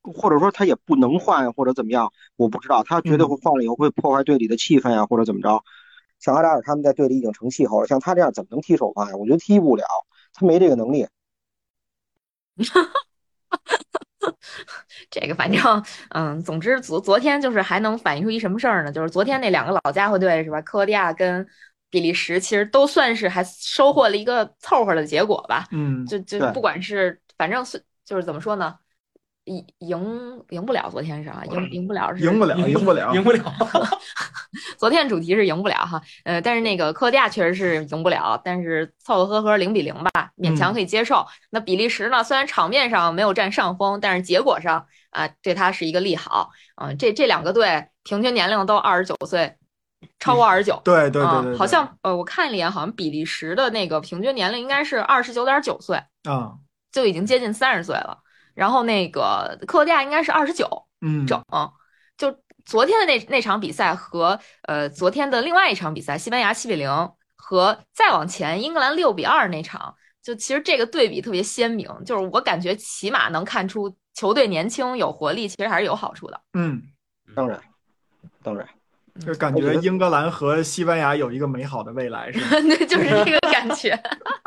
或者说他也不能换或者怎么样，我不知道，他绝对会换了以后会破坏队里的气氛呀，或者怎么着。像阿扎尔他们在队里已经成气候了，像他这样怎么能踢首发呀？我觉得踢不了，他没这个能力。 这个反正，总之昨天就是还能反映出一什么事儿呢？就是昨天那两个老家伙队是吧？克罗地亚跟比利时其实都算是还收获了一个凑合的结果吧。就不管是反正是就是怎么说呢，赢不了，昨天是啊，赢不了是赢不了。 昨天主题是赢不了哈，但是那个克罗地亚确实是赢不了，但是凑凑合合0-0吧，勉强可以接受。那比利时呢，虽然场面上没有占上风，但是结果上啊，对他是一个利好。这两个队平均年龄都29岁，超过29。 对， 好像我看了一眼，好像比利时的那个平均年龄应该是29.9岁啊， 就已经接近30岁了。然后那个克罗地亚应该是29整，就。昨天的那场比赛和昨天的另外一场比赛，西班牙7-0和再往前英格兰6-2那场，就其实这个对比特别鲜明，就是我感觉起码能看出球队年轻有活力，其实还是有好处的。 当然， 就感觉英格兰和西班牙有一个美好的未来，是吧？ 对，就是这个感觉。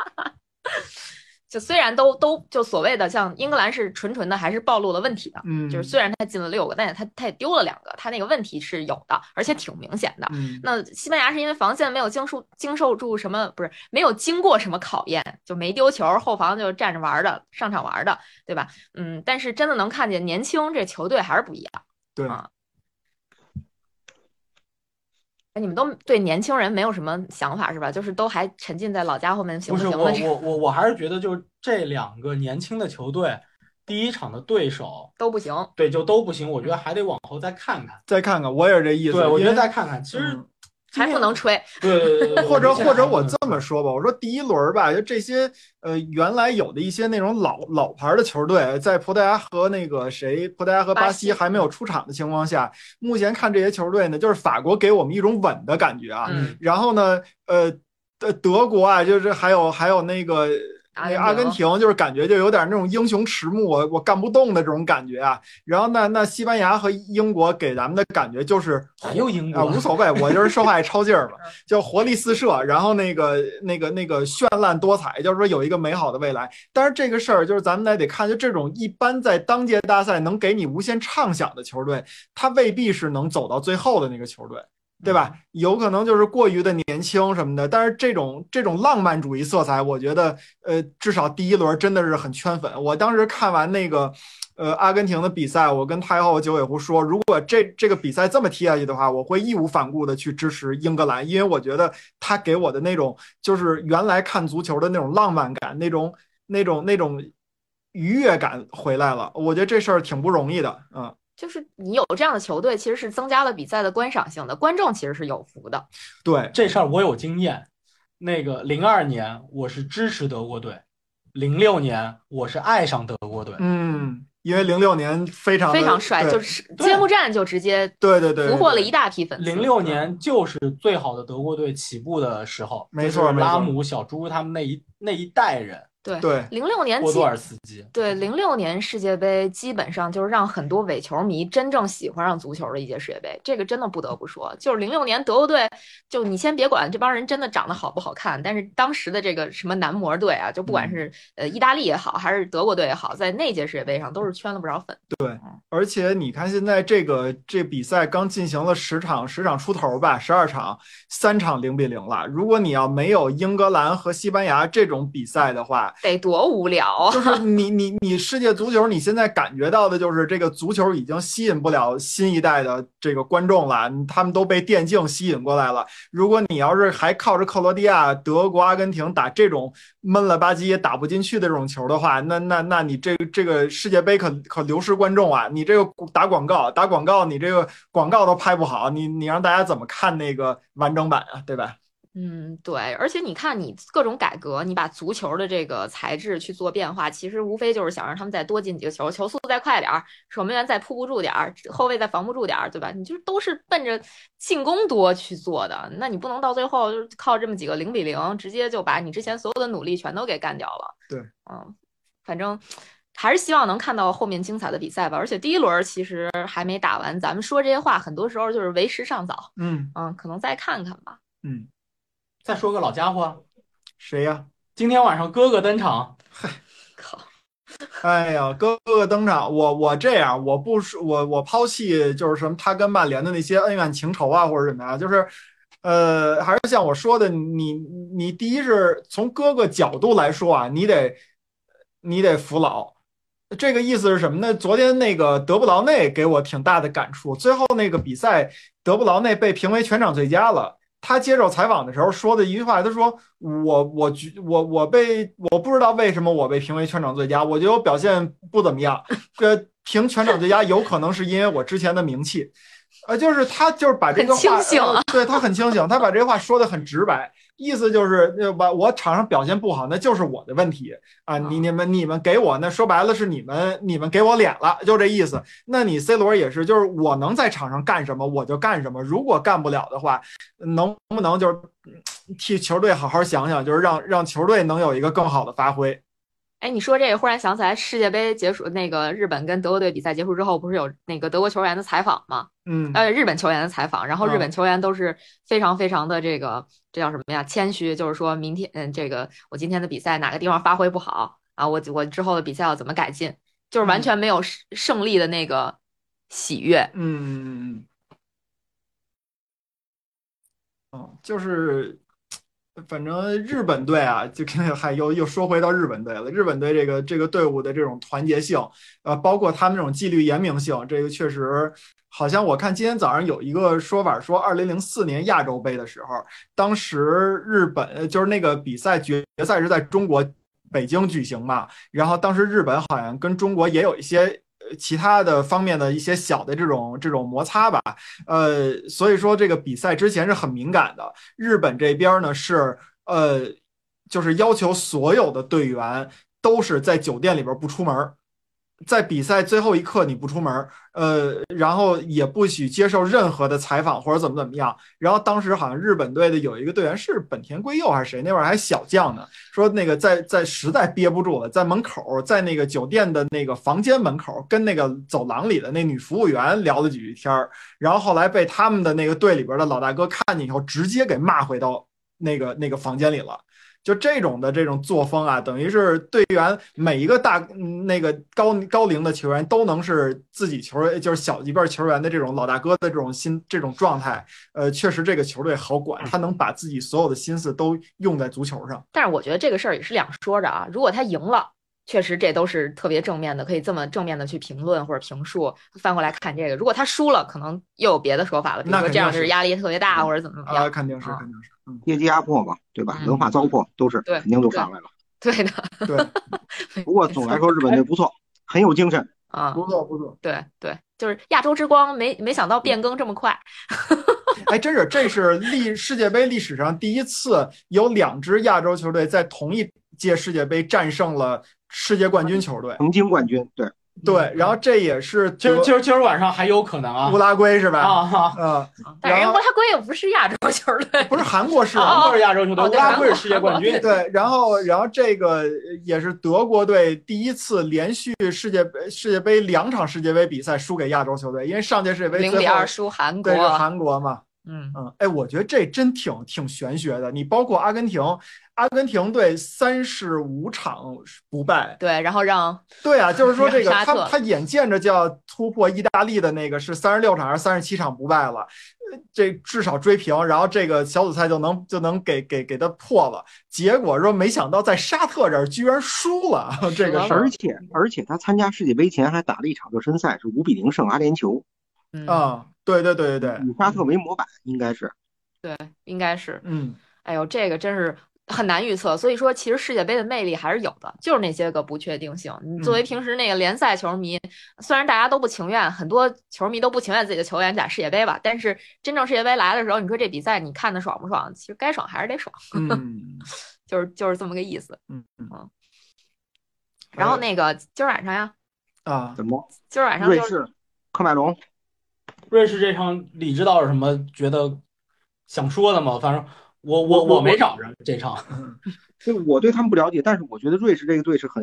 就虽然都就所谓的像英格兰是纯的还是暴露了问题的，就是虽然他进了6个，但是他也丢了2个，他那个问题是有的，而且挺明显的。那西班牙是因为防线没有经受住什么，不是没有经过什么考验，就没丢球，后防就站着玩的，上场玩的，对吧？但是真的能看见年轻这球队还是不一样。 对啊。你们都对年轻人没有什么想法是吧？就是都还沉浸在老家伙们行不行了？不是我还是觉得，就是这2个年轻的球队，第一场的对手都不行， 对，就都不行。我觉得还得往后再看看， 我也是这意思。 对，我觉得再看看，其实还不能吹。 对， 或者我这么说吧，我说第一轮吧，就这些原来有的一些那种老牌的球队，在葡萄牙和巴西还没有出场的情况下，目前看这些球队呢，就是法国给我们一种稳的感觉啊。然后呢，德国啊，就是还有那个。阿根廷就是感觉就有点那种英雄迟暮，我干不动的这种感觉啊。然后那西班牙和英国给咱们的感觉就是又英国无所谓，我就是受爱超劲儿嘛，就活力四射，然后那个绚烂多彩，就是说有一个美好的未来。但是这个事儿就是咱们得看，就这种一般在当届大赛能给你无限畅想的球队，他未必是能走到最后的那个球队。对吧？有可能就是过于的年轻什么的，但是这种浪漫主义色彩，我觉得至少第一轮真的是很圈粉。我当时看完那个阿根廷的比赛，我跟太后九尾狐说，如果这个比赛这么踢下去的话，我会义无反顾的去支持英格兰，因为我觉得他给我的那种就是原来看足球的那种浪漫感，那种愉悦感回来了。我觉得这事儿挺不容易的， 就是你有这样的球队，其实是增加了比赛的观赏性的，观众其实是有福的。 对， 这事儿我有经验。那个02年我是支持德国队，06年我是爱上德国队。 因为06年非常帅，就是揭幕战就直接对俘获了一大批粉丝。 06年就是最好的德国队起步的时候， 没错， 拉姆、小猪他们那一代人。 对，06年波多尔斯基， 对06年世界杯基本上就是让很多伪球迷真正喜欢上足球的一届世界杯，这个真的不得不说，就是06年德国队，就你先别管这帮人真的长得好不好看，但是当时的这个什么男模队啊，就不管是意大利也好，还是德国队也好，在那届世界杯上都是圈了不少粉。 对，而且你看现在这比赛刚进行了10场出头吧，12场，3场0-0了。如果你要没有英格兰和西班牙这种比赛的话， 得多无聊啊！ 就是你世界足球，你现在感觉到的就是这个足球已经吸引不了新一代的这个观众了，他们都被电竞吸引过来了。如果你要是还靠着克罗地亚、德国、阿根廷打这种闷了吧唧也打不进去的这种球的话，那你这个世界杯可流失观众啊！你这个打广告，你这个广告都拍不好，你让大家怎么看那个完整版啊？对吧？ 对，而且你看，你各种改革，你把足球的这个材质去做变化，其实无非就是想让他们再多进几个球，球速再快点儿，守门员再扑不住点儿，后卫再防不住点儿，对吧？你就都是奔着进攻多去做的，那你不能到最后就是靠这么几个0-0，直接就把你之前所有的努力全都给干掉了。 对， 反正还是希望能看到后面精彩的比赛吧。而且第一轮其实还没打完，咱们说这些话很多时候就是为时尚早。可能再看看吧。 再说个老家伙， 谁呀？ 今天晚上哥哥登场。 靠！ 哎呀，哥哥登场，我这样，我不说，我抛弃就是什么他跟曼联的那些恩怨情仇啊，或者什么呀，就是，还是像我说的，你第一是从哥哥角度来说啊，你得服老，这个意思是什么呢？昨天那个德布劳内给我挺大的感触，最后那个比赛，德布劳内被评为全场最佳了。他接受采访的时候说的一句话，他说：我不知道为什么我被评为全场最佳，我觉得我表现不怎么样。评全场最佳有可能是因为我之前的名气，就是他就是把这个话， 很清醒啊对他很清醒，他把这话说的很直白，意思就是我场上表现不好，那就是我的问题啊！你们给我那说白了是你们给我脸了，就这意思。那你 C 罗也是，就是我能在场上干什么我就干什么，如果干不了的话，能不能就是替球队好好想想，就是让球队能有一个更好的发挥。 哎，你说这个忽然想起来，世界杯结束，那个日本跟德国队比赛结束之后，不是有那个德国球员的采访吗？日本球员的采访，然后日本球员都是非常非常的这叫什么呀？谦虚，就是说明天，这个我今天的比赛哪个地方发挥不好啊？我之后的比赛要怎么改进？就是完全没有胜利的那个喜悦。 就是。反正日本队啊，就还又说回到日本队了。日本队这个队伍的这种团结性，包括他们这种纪律严明性，这个确实好像我看今天早上有一个说法说，2004年亚洲杯的时候，当时日本就是那个比赛决赛是在中国北京举行嘛，然后当时日本好像跟中国也有一些。其他的方面的一些小的这种摩擦吧，所以说这个比赛之前是很敏感的。日本这边呢是就是要求所有的队员都是在酒店里边不出门，在比赛最后一刻你不出门，然后也不许接受任何的采访或者怎么样。然后当时好像日本队的有一个队员是本田圭佑还是谁，那会儿还小将呢，说那个在实在憋不住了，在门口，在那个酒店的那个房间门口跟那个走廊里的那女服务员聊了几句天儿，然后后来被他们的那个队里边的老大哥看见以后，直接给骂回到那个房间里了。就这种作风啊，等于是队员每一个那个高龄的球员都能是自己就是小一辈球员的这种老大哥的这种状态。确实这个球队好管，他能把自己所有的心思都用在足球上。 但是我觉得这个事儿也是两说着啊，如果他赢了。确实，这都是特别正面的，可以这么正面的去评论或者评述。翻过来看这个，如果他输了，可能又有别的说法了，比如说这样是压力特别大，或者怎么样。 肯定是。 阶级压迫嘛，对吧？文化糟粕都是肯定都上来了。 对的， 对。 不过总来说，日本队不错，很有精神啊， 不错。 对，就是亚洲之光，没想到变更这么快。 哎，真是，这是世界杯历史上第一次有2支亚洲球队在同一届世界杯战胜了世界冠军球队， 曾经冠军， 对，然后这也是今儿晚上还有可能啊， 乌拉圭是吧？ 但人乌拉圭也不是亚洲球队， 不是韩国是亚洲球队，乌拉圭是世界冠军。 对，然后这个也是德国队第一次连续世界杯2场世界杯比赛输给亚洲球队，因为上届世界杯 0-2输韩国， 对，是韩国嘛。哎，我觉得这真挺玄学的。你包括阿根廷队35场不败， 对，然后对啊，就是说这个他眼见着就要突破意大利的那个是36场还是37场不败了，这至少追平，然后这个小组赛就能给他破了。结果说没想到在沙特这儿居然输了，这个事儿。 而且他参加世界杯前还打了一场热身赛，是5-0胜阿联酋。 对， 以沙特为模板，应该是。 对，应该是。哎呦，这个真是很难预测。所以说，其实世界杯的魅力还是有的，就是那些个不确定性。你作为平时那个联赛球迷，虽然大家都不情愿，很多球迷都不情愿自己的球员打世界杯吧，但是真正世界杯来的时候，你说这比赛你看的爽不爽？其实该爽还是得爽。就是这么个意思。然后那个今儿晚上呀， 怎么？ 今儿晚上瑞士、科麦隆。 瑞士这场，李指导有什么觉得想说的吗？反正我没找着这场。 就我对他们不了解，但是我觉得瑞士这个队是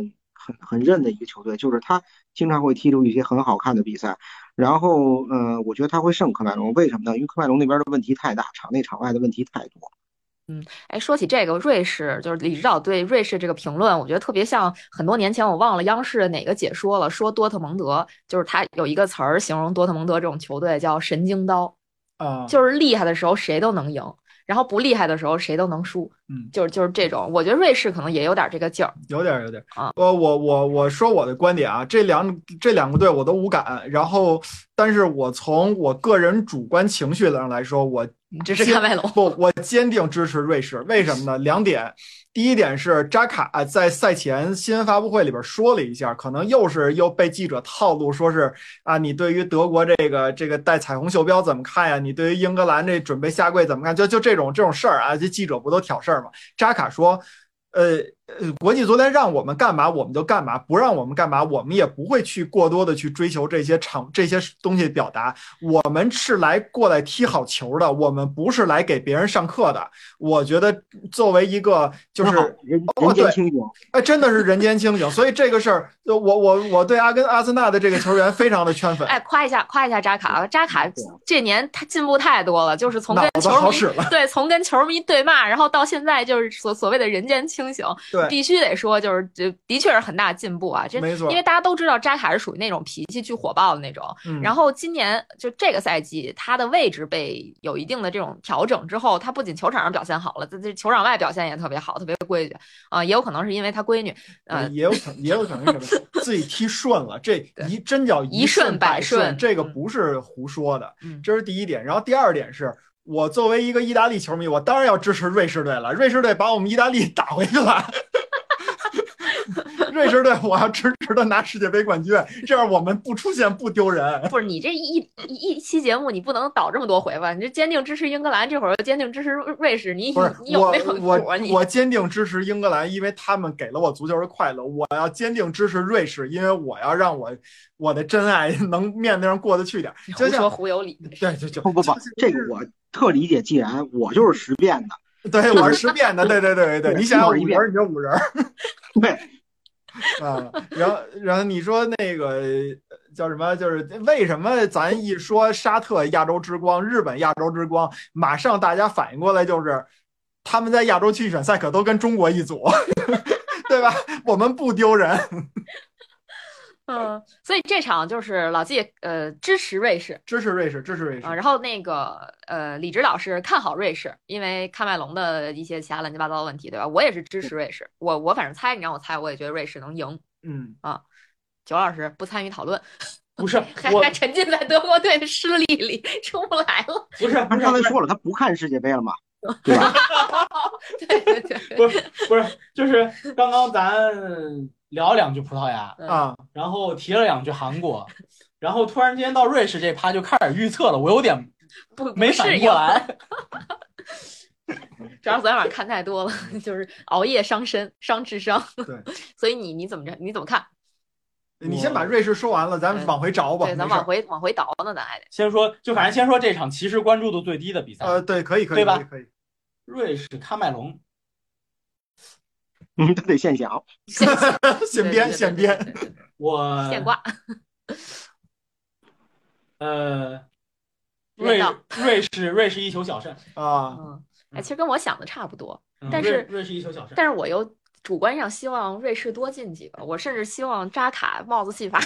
很认的一个球队，就是他经常会踢出一些很好看的比赛。然后我觉得他会胜科迈隆，为什么呢？因为科迈隆那边的问题太大，场内场外的问题太多。 哎，说起这个瑞士，就是李指导对瑞士这个评论，我觉得特别像很多年前我忘了央视哪个解说了，说多特蒙德，就是他有一个词儿形容多特蒙德这种球队叫神经刀，就是厉害的时候谁都能赢，然后不厉害的时候谁都能输，就是这种。我觉得瑞士可能也有点这个劲儿， 有点啊。我说我的观点啊，这两个队我都无感，然后但是我从我个人主观情绪上来说，我支持喀麦隆。 不，我坚定支持瑞士。为什么呢？2点。第一点是扎卡在赛前新闻发布会里边说了一下，可能又被记者套路，说是啊，你对于德国这个带彩虹袖标怎么看呀？你对于英格兰这准备下跪怎么看？就这种事儿啊，这记者不都挑事儿吗？扎卡说，国际足联让我们干嘛我们就干嘛，不让我们干嘛我们也不会去过多的去追求这些东西的表达。我们是过来踢好球的，我们不是来给别人上课的。我觉得作为一个就是人间清醒， 真的是人间清醒。所以这个事儿，我对阿森纳的这个球员非常的圈粉。 哎，夸一下扎卡，扎卡这年他进步太多了，就是从跟球迷从跟球迷对骂，然后到现在就是所谓的人间清醒。 对， 必须得说，就是的确是很大进步啊！ 没错， 因为大家都知道扎卡是属于那种脾气巨火爆的那种。然后今年就这个赛季，他的位置被有一定的这种调整之后，他不仅球场上表现好了，在球场外表现也特别好，特别规矩啊。也有可能是因为他闺女， 也有可能是什么自己踢顺了，这真叫一顺百顺， 这个不是胡说的。这是第一点。然后第二点是，我作为一个意大利球迷，我当然要支持瑞士队了。瑞士队把我们意大利打回去了，瑞士队我要支持他拿世界杯冠军，这样我们不出现不丢人。 不是你这一期节目你不能倒这么多回吧？你这坚定支持英格兰，这会儿又坚定支持瑞士，你有没有我坚定支持英格兰，因为他们给了我足球的快乐。我要坚定支持瑞士，因为我要让我的真爱能面子上过得去点。 就说胡有理， 对， 不，这个我特理解。既然我就是十变的， 对，我是十变的，对，你想要5人你就5人， 对。 然后你说那个叫什么？就是为什么咱一说沙特亚洲之光、日本亚洲之光，马上大家反应过来就是他们在亚洲区预选赛可都跟中国一组，对吧？我们不丢人。 所以这场就是老季支持瑞士啊。 然后那个李指导是看好瑞士，因为喀麦隆的一些其他乱七八糟的问题，对吧？我也是支持瑞士，我反正猜，你让我猜，我也觉得瑞士能赢。九老师不参与讨论， 不是还沉浸在德国队的失利里出不来了。 不是， 他刚才说了，他不看世界杯了嘛，对吧？ 对， 不是，就是刚刚咱聊2句葡萄牙啊， 然后提了2句韩国，然后突然间到瑞士这趴就开始预测了，我有点没反应过来。 主要昨天晚上看太多了，就是熬夜伤身伤智商。 对， 所以你怎么看？ 你先把瑞士说完了，咱们往回找吧。 对，咱往回倒呢，咱还得先说，反正先说这场其实关注度最低的比赛。 对，可以， 对吧？ 可以。 瑞士喀麦隆， 他得现想， 现编， 我现挂。 瑞士一球小胜啊。 哎，其实跟我想的差不多，但是瑞士一球小胜， 但是我又主观上希望瑞士多进几个，我甚至希望扎卡帽子戏法。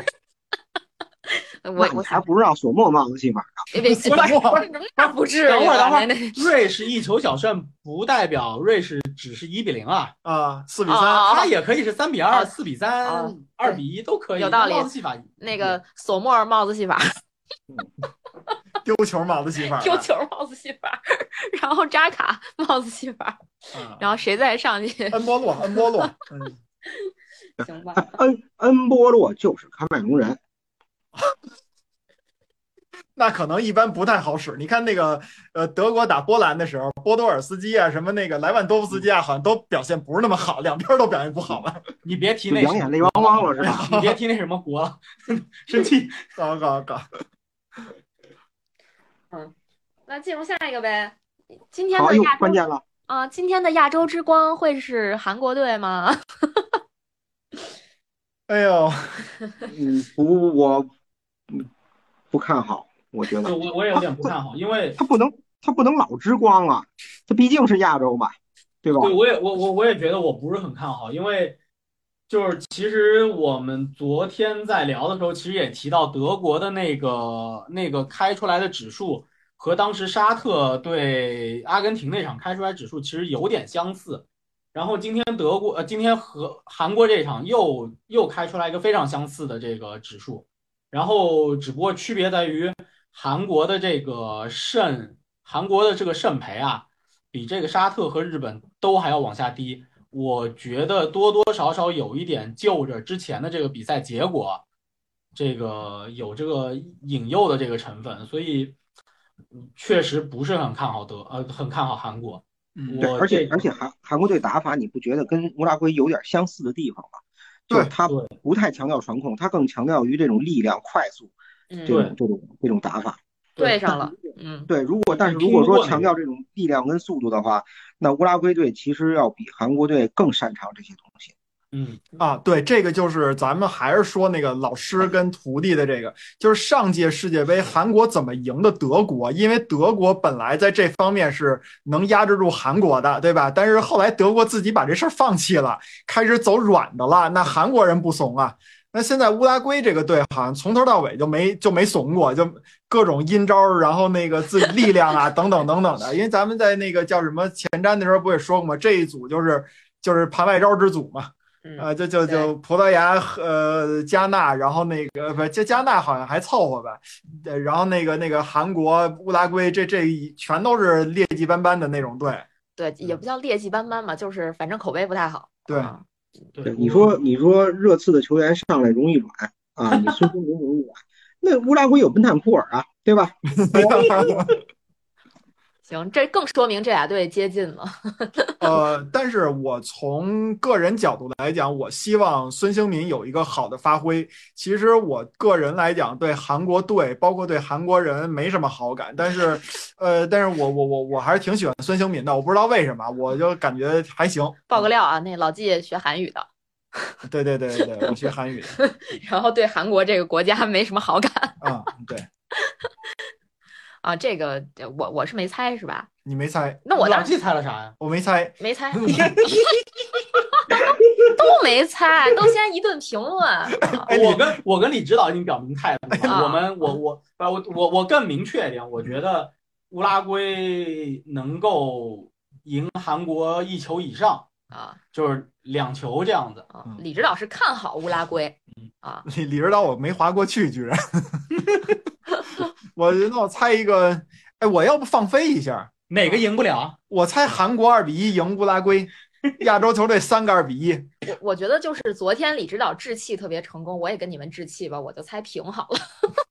我还不如让索莫帽子戏法呢。那不至于。 等会儿，瑞士一球小胜不代表瑞士只是1-0啊 ，4-3， 它也可以是3-2、4-3、2-1都可以。 有道理。 帽子戏法， 那个索莫帽子戏法。 丢球帽子戏法， 然后扎卡帽子戏法，然后谁再上去？ 恩波洛， 行吧。 恩波洛就是喀麦隆人， 那可能一般不太好使。你看那个德国打波兰的时候，波多尔斯基啊，什么那个莱万多夫斯基啊，好像都表现不是那么好，两边都表现不好了。 你别提那两眼泪汪汪了是吧？ 你别提那什么国了，生气。 搞。 那进入下一个呗。今天的亚洲关键了啊！今天的亚洲之光会是韩国队吗？ 哎呦， 我不看好，我觉得我也有他点不看好，因为他不能老之光啊，他毕竟是亚洲嘛，对吧？ 对我也觉得我不是很看好，因为就是其实我们昨天在聊的时候，其实也提到德国的那个开出来的指数和当时沙特对阿根廷那场开出来指数其实有点相似。然后今天和韩国这场又开出来一个非常相似的这个指数，然后只不过区别在于韩国的这个胜赔啊，比这个沙特和日本都还要往下低。我觉得多多少少有一点就着之前的这个比赛结果，这个有这个引诱的这个成分，所以确实不是很看好韩国。 对， 我这个而且韩国队打法，你不觉得跟乌拉圭有点相似的地方吗？就是对， 他对不太强调传控，他更强调于这种力量、快速这嗯， 对种这种这种打法。 对， 对上了，嗯。 对，但是如拼果说不过那个。 强调这种力量跟速度的话，那乌拉圭队其实要比韩国队更擅长这些东西。 嗯， 啊，对，这个就是咱们还是说那个老师跟徒弟的这个，就是上届世界杯韩国怎么赢的德国，因为德国本来在这方面是能压制住韩国的，对吧？但是后来德国自己把这事儿放弃了，开始走软的了，那韩国人不怂啊。那现在乌拉圭这个队好像从头到尾就没怂过，就各种阴招，然后那个自己力量啊等等等等的。因为咱们在那个叫什么前瞻的时候不也说过吗？这一组就是盘外招之组嘛。就葡萄牙和加纳，然后那个不加纳好像还凑合吧，然后那个韩国、乌拉圭这全都是劣迹斑斑的那种队。 对，也不叫劣迹斑斑吧，就是反正口碑不太好。 对， 啊， 对， 你说热刺的球员上来容易软啊，你孙兴民容易软，那乌拉圭有本坦库尔啊，对吧？ 行，这更说明这俩队接近了。 但是我从个人角度来讲，我希望孙兴民有一个好的发挥。其实我个人来讲，对韩国队，包括对韩国人没什么好感，但是我还是挺喜欢孙兴民的。我不知道为什么，我就感觉还行。 爆个料啊，那老纪学韩语的， 对对对对，我学韩语的。 然后对韩国这个国家没什么好感啊，对， 啊。这个我是没猜是吧？ 你没猜， 那我当然老季猜了啥呀？ 我没猜。 没猜，都没猜，都先一顿评论。 我跟李指导已经表明态度了， 啊我更明确一点，我觉得乌拉圭能够赢韩国一球以上， 啊就是2球这样子。 啊！李指导是看好乌拉圭啊。 李指导我没划过去，居然。那我猜一个，哎，我要不放飞一下， 哪个赢不了？ 我猜韩国2-1赢乌拉圭，亚洲球队3-2-1。 我觉得就是昨天李指导置气特别成功，我也跟你们置气吧，我就猜平好了。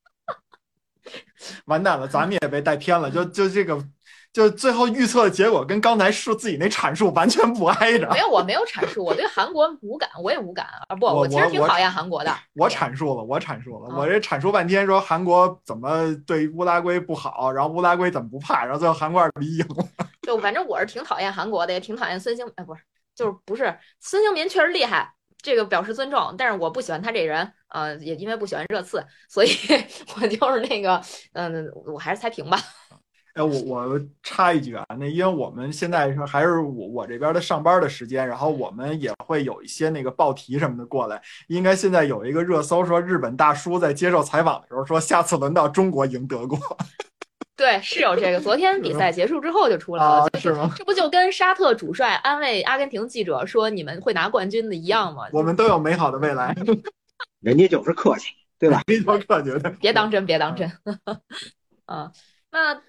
完蛋了，咱们也被带偏了，就这个。就最后预测的结果跟刚才说自己那阐述完全不挨着。 没有，我没有阐述，我对韩国无感，我也无感啊。不， 我其实挺讨厌韩国的。 我阐述了，我阐述了， 啊我这阐述半天说韩国怎么对乌拉圭不好，然后乌拉圭怎么不怕，然后最后韩国2-1赢了。 就反正我是挺讨厌韩国的，也挺讨厌不是，就是不是孙兴民确实厉害，这个表示尊重，但是我不喜欢他这人，也因为不喜欢热刺，所以我就是那个，我还是猜平吧。 哎，我插一句啊，那因为我们现在是还是我这边的上班的时间，然后我们也会有一些那个报题什么的过来。应该现在有一个热搜说，日本大叔在接受采访的时候说，下次轮到中国赢德国。 对，是有这个，昨天比赛结束之后就出来了， 是吗？ 这不就跟沙特主帅安慰阿根廷记者说你们会拿冠军的一样吗？ 我们都有美好的未来。 人家就是客气，对吧？ 没多客气的， 别当真，别当真。啊，那。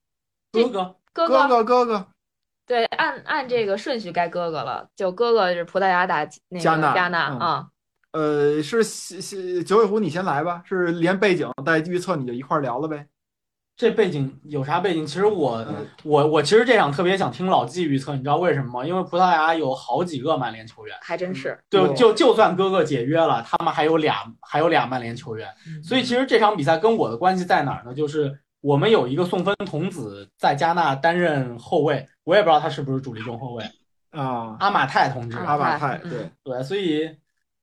哥哥， 对，按这个顺序该哥哥了，就哥哥是葡萄牙打那个加纳啊。 是九尾狐，你先来吧，是连背景带预测你就一块聊了呗。 这背景有啥背景？其实我其实这场特别想听老季预测，你知道为什么吗？因为葡萄牙有好几个曼联球员， 还真是。 就算哥哥解约了，他们还有俩曼联球员，所以其实这场比赛跟我的关系在哪儿呢？就是我们有一个宋芬童子在加纳担任后卫，我也不知道他是不是主力中后卫啊。 阿马泰同志， 阿马泰， 对，所以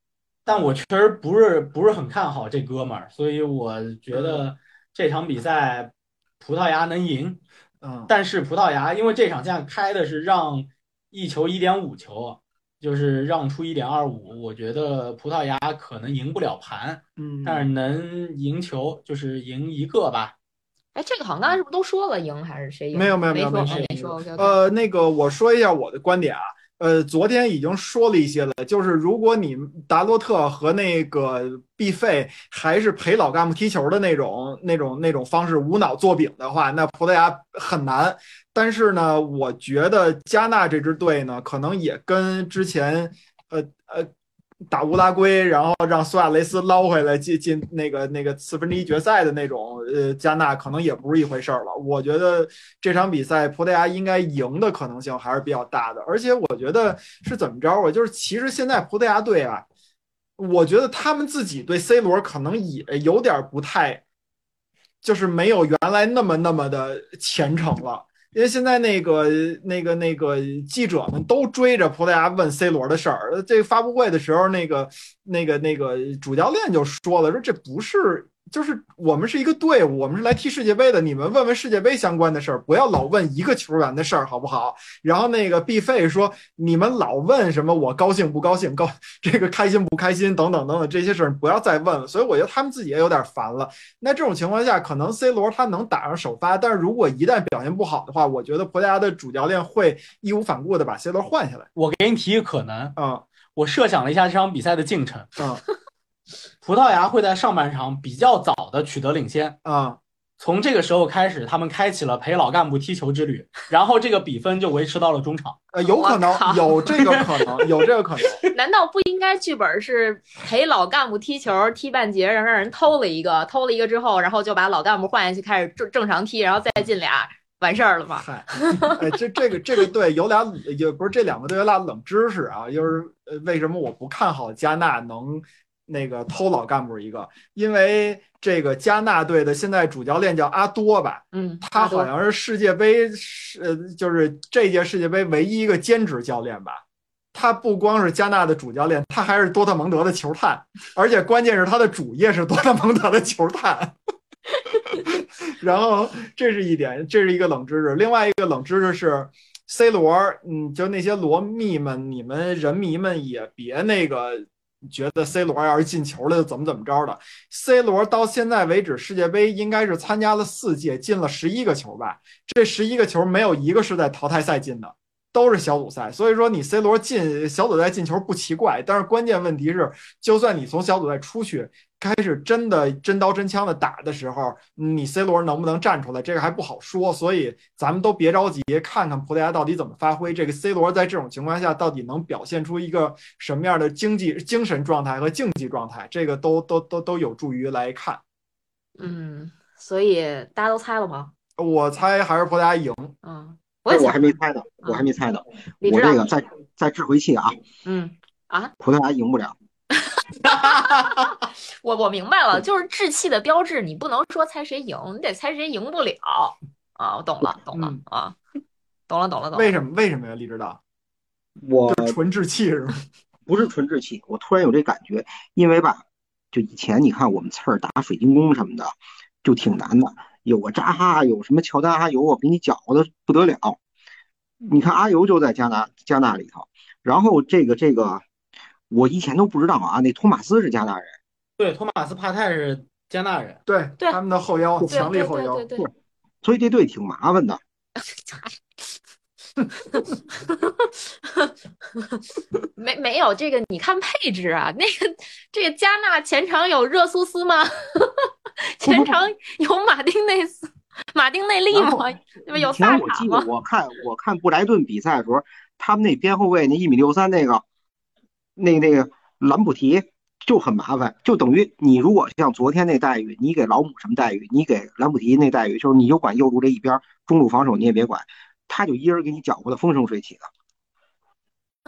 但我确实不是很看好这哥们儿，所以我觉得这场比赛葡萄牙能赢。但是葡萄牙因为这场架开的是让一球1.5球，就是让出1.25，我觉得葡萄牙可能赢不了盘，但是能赢球，就是赢一个吧。 哎，这个好像刚才是不是都说了赢还是谁赢？ 没有没有没没说。 那个我说一下我的观点啊。昨天已经说了一些了，就是如果你达洛特和那个毕费还是陪老干部踢球的那种方式无脑做饼的话，那葡萄牙很难。但是呢，我觉得加纳这支队呢，可能也跟之前打乌拉圭，然后让苏亚雷斯捞回来进那个1/4决赛的那种加纳可能也不是一回事儿了。我觉得这场比赛葡萄牙应该赢的可能性还是比较大的，而且我觉得是怎么着啊？就是其实现在葡萄牙队啊，我觉得他们自己对 C 罗可能也有点不太，就是没有原来那么的虔诚了。因为现在那个记者们都追着葡萄牙问 C 罗的事儿。这个发布会的时候，那个主教练就说了，说这不是，就是我们是一个队伍，我们是来踢世界杯的，你们问问世界杯相关的事儿，不要老问一个球员的事儿，好不好？然后那个毕费说，你们老问什么我高兴不高兴，这个开心不开心等等等等这些事儿，不要再问了。所以我觉得他们自己也有点烦了。那这种情况下，可能 C 罗他能打上首发，但是如果一旦表现不好的话，我觉得葡萄牙的主教练会义无反顾的把 C 罗换下来。 我给你提一个可能啊， 我设想了一下这场比赛的进程啊， 葡萄牙会在上半场比较早的取得领先啊。 从这个时候开始，他们开启了陪老干部踢球之旅，然后这个比分就维持到了中场。 有可能，有这个可能，有这个可能。 难道不应该剧本是陪老干部踢球踢半截，让人偷了一个之后，然后就把老干部换下去开始正常踢，然后再进俩，完事儿了吗？ 嗨，这个队有俩，也不是这两个队有俩冷知识啊，就是为什么我不看好加纳能那个偷老干部一个？因为这个加纳队的现在主教练叫阿多吧，他好像是世界杯就是这届世界杯唯一一个兼职教练吧。他不光是加纳的主教练，他还是多特蒙德的球探，而且关键是他的主业是多特蒙德的球探。然后这是一点，这是一个冷知识。另外一个冷知识是 C 罗，就那些罗迷们，你们人迷们也别那个觉得 C 罗要是进球了就怎么着的。C 罗到现在为止世界杯应该是参加了4届，进了11个球吧，这11个球没有一个是在淘汰赛进的，都是小组赛。所以说你 C 罗进小组赛进球不奇怪，但是关键问题是，就算你从小组赛出去开始真的真刀真枪的打的时候，你 C 罗能不能站出来，这个还不好说。所以咱们都别着急，看看葡萄牙到底怎么发挥。这个 C 罗在这种情况下到底能表现出一个什么样的精神状态和竞技状态，这个都有助于来看。 所以大家都猜了吗？ 我猜还是葡萄牙赢。 我还没猜呢，我这个在智慧器啊。葡萄牙赢不了。 我明白了，就是志气的标志，你不能说猜谁赢，你得猜谁赢不了啊！我懂了啊，懂了。 为什么呀，李指导？ 我纯志气是吗？ 不是纯志气，我突然有这感觉，因为吧，就以前你看我们刺儿打水晶宫什么的，就挺难的，有个扎哈，有什么乔丹阿尤，我给你搅的不得了。你看阿尤就在加纳里头，然后这个。我以前都不知道啊，那托马斯是加纳人。 对，托马斯帕泰是加纳人。 对，他们的后腰，强力后腰。 对， 所以这队挺麻烦的。 没有这个，你看配置啊，这个加纳前场有热苏斯吗？前场有马丁内利吗？有萨卡吗？ 我记得我看布莱顿比赛的时候，他们那边后卫那1.63米那个兰普提就很麻烦，就等于你如果像昨天那待遇，你给老姆什么待遇，你给兰普提那待遇，就是你就管右路这一边，中路防守你也别管，他就一人给你搅和的风生水起的。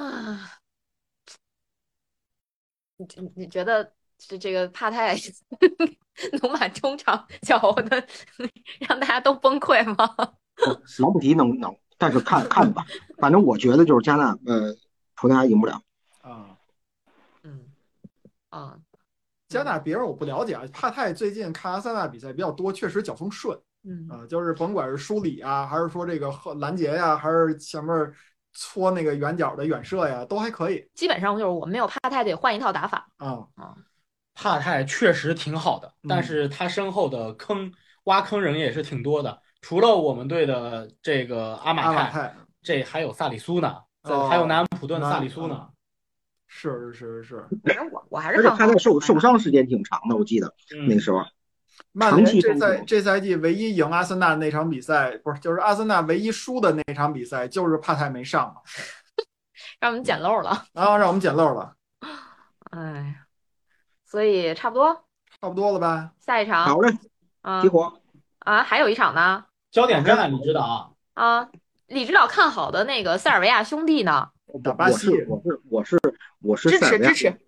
你觉得这个帕泰能把中场搅和的让大家都崩溃吗？ 兰普提能，但是看吧，反正我觉得就是加纳葡萄牙赢不了。 啊， 加拿大别人我不了解啊，帕泰最近看阿森纳比赛比较多，确实脚风顺就是甭管是梳理啊，还是说这个拦截呀，还是前面搓那个远角的远射呀，都还可以。 基本上就是我们没有帕泰得换一套打法帕泰确实挺好的，但是他身后的挖坑人也是挺多的。除了我们队的这个阿马泰，这还有萨里苏呢，还有南安普顿的萨里苏呢。 是， 反正我还是而且他在受伤时间挺长的，我记得那个时候。 曼联这赛季唯一赢阿森纳那场比赛，不是就是阿森纳唯一输的那场比赛，就是帕泰没上嘛， 让我们捡漏了。 让我们捡漏了。 哎，所以差不多了吧？ 下一场好嘞，激活还有一场呢。 焦点战，李指导李指导看好的那个塞尔维亚兄弟呢？ 打巴西， 我是支持支持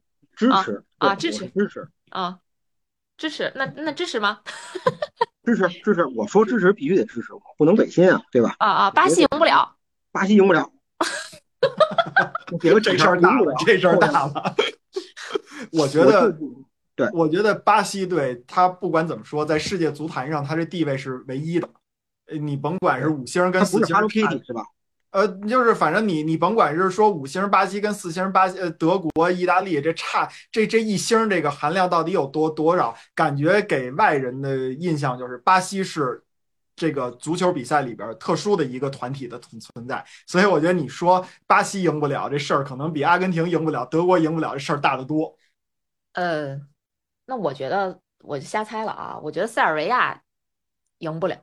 支持，那支持吗？ 支持，我说支持必须得支持，我不能违心啊，对吧？ 巴西赢不了， 这事儿大了，我觉得巴西队他不管怎么说，在世界足坛上他这地位是唯一的，你甭管是5星跟4星是吧？ 就是反正你甭管是说5星巴西跟4星巴西，德国、意大利这1星这个含量到底有多少？感觉给外人的印象就是巴西是这个足球比赛里边特殊的一个团体的存在，所以我觉得你说巴西赢不了这事儿，可能比阿根廷赢不了、德国赢不了这事儿大得多。 那我觉得我就瞎猜了啊，我觉得塞尔维亚赢不了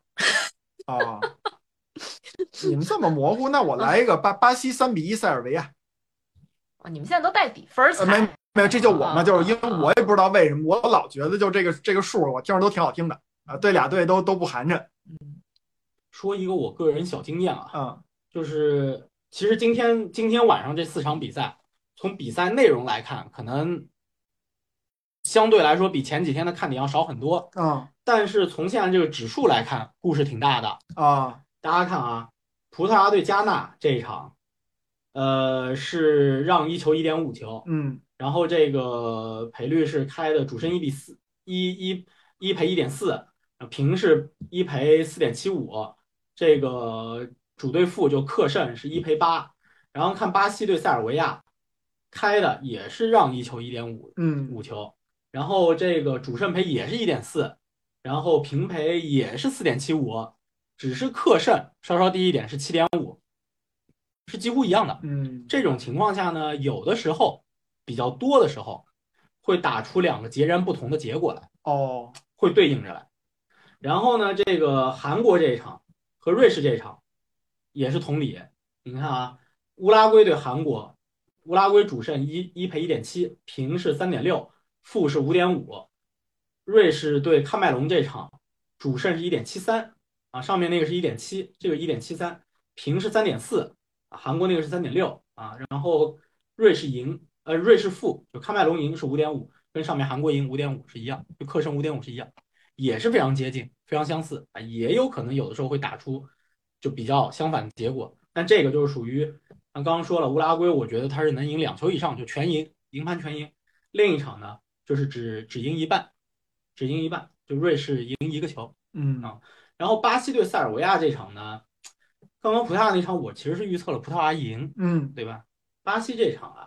你们这么模糊，那我来一个巴西3-1塞尔维亚。 你们现在都带比分猜？ 没有，这就我嘛，就是因为我也不知道为什么，我老觉得就这个数，我听着都挺好听的对俩队都不寒碜。 说一个我个人小经验就是其实今天晚上这4场比赛，从比赛内容来看，可能相对来说比前几天的看点要少很多但是从现在这个指数来看，故事挺大的大家看葡萄牙对加纳这一场，是让1球1.5球，然后这个赔率是开的主胜1比4，一赔1.4，平是1赔4.75，这个主队负就客胜是1赔8，然后看巴西对塞尔维亚，开的也是让1球1.5球，然后这个主胜赔也是1.4，然后平赔也是4.75，只是客胜稍稍低一点是7.5，是几乎一样的。这种情况下呢，有的时候比较多的时候会打出2个截然不同的结果来会对应着来。然后呢，这个韩国这一场和瑞士这一场也是同理。你看乌拉圭对韩国，乌拉圭主胜一赔1.7，平是3.6，负是5.5。瑞士对喀麦隆这场主胜是1.73上面那个是1.7，这个1.73，平是3.4，韩国那个是3.6然后瑞士负，就喀麦隆赢是5.5，跟上面韩国赢5.5是一样，就客胜5.5是一样，也是非常接近，非常相似也有可能有的时候会打出就比较相反的结果，但这个就是属于刚刚说了，乌拉圭我觉得他是能赢2球以上就全赢，赢盘全赢。另一场呢就是只赢一半，就瑞士赢1个球，然后巴西对塞尔维亚这场呢，刚刚葡萄牙那场我其实是预测了葡萄牙赢，对吧？巴西这场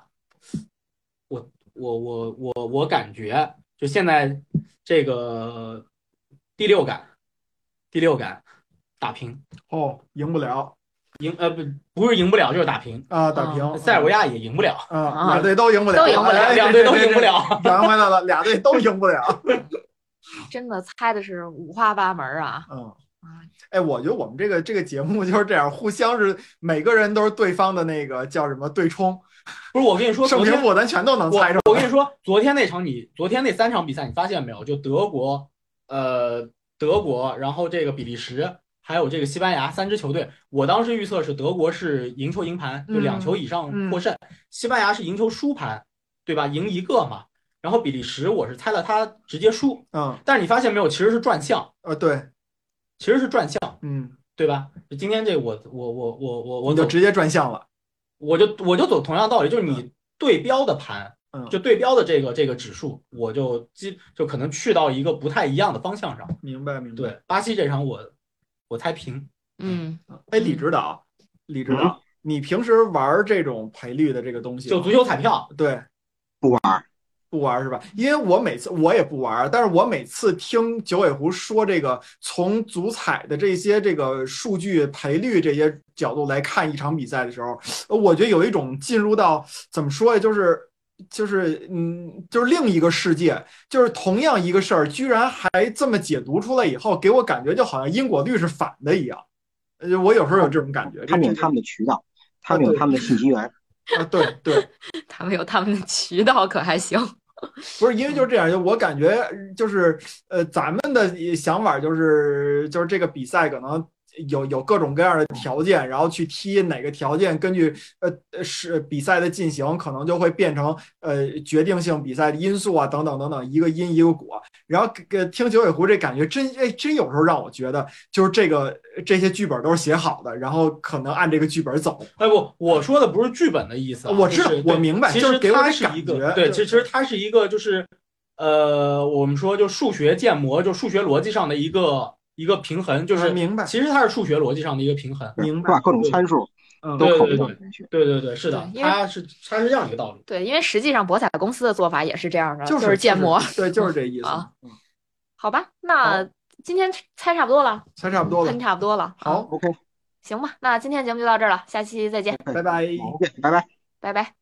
我感觉就现在这个第六感打平赢不了， 不是赢不了就是打平打平， 塞尔维亚也赢不了俩队都赢不了， 两队都赢不了， 圆回来了，俩队都赢不了， 真的猜的是五花八门我觉得我们这个节目就是这样，互相是每个人都是对方的那个叫什么对冲。 不是我跟你说， 胜平负咱全都能猜上。 我跟你说，昨天那3场比赛，你发现没有？就德国，然后这个比利时，还有这个西班牙3支球队，我当时预测是德国是赢球赢盘，就2球以上获胜；西班牙是赢球输盘，对吧？赢1个嘛。然后比利时我是猜了他直接输，但是你发现没有？其实是转向， 对， 其实是转向，对吧？今天这我就直接转向了。 我就走同样道理，就是你对标的盘就对标的这个指数，我就可能去到一个不太一样的方向上。 明白。 对，巴西这场我猜平。 哎，李指导，你平时玩这种赔率的这个东西吗？ 就足球彩票？ 对，不玩是吧？因为我也不玩，但是我每次听九尾狐说这个，从足彩的这些这个数据赔率这些角度来看一场比赛的时候，我觉得有一种进入到怎么说呀，就是另一个世界，就是同样一个事儿，居然还这么解读出来以后，给我感觉就好像因果律是反的一样。我有时候有这种感觉。 他们有他们的渠道，他们有他们的信息源。 对， 他们有他们的渠道，可还行？ 不是因为就是这样，就我感觉就是咱们的想法就是这个比赛可能有各种各样的条件，然后去踢哪个条件，根据是比赛的进行，可能就会变成决定性比赛的因素啊，等等等等，一个因一个果。然后听九尾狐这感觉真有时候让我觉得，就是这些剧本都是写好的，然后可能按这个剧本走。 哎不，我说的不是剧本的意思， 我知道，我明白， 其实它是一个对，其实它是一个就是我们说就数学建模，就数学逻辑上的一个平衡，就是明白。 其实它是数学逻辑上的一个平衡， 明白， 把各种参数都考虑到里面去。 对，是的，它是这样一个道理。 对，因为实际上博彩公司的做法也是这样的， 就是建模。 对，就是这意思啊。好吧，那今天猜差不多了， 猜差不多了， 差不多了。 好 ，OK， 行吧，那今天节目就到这儿了，下期再见， 拜拜， 拜拜， 拜拜。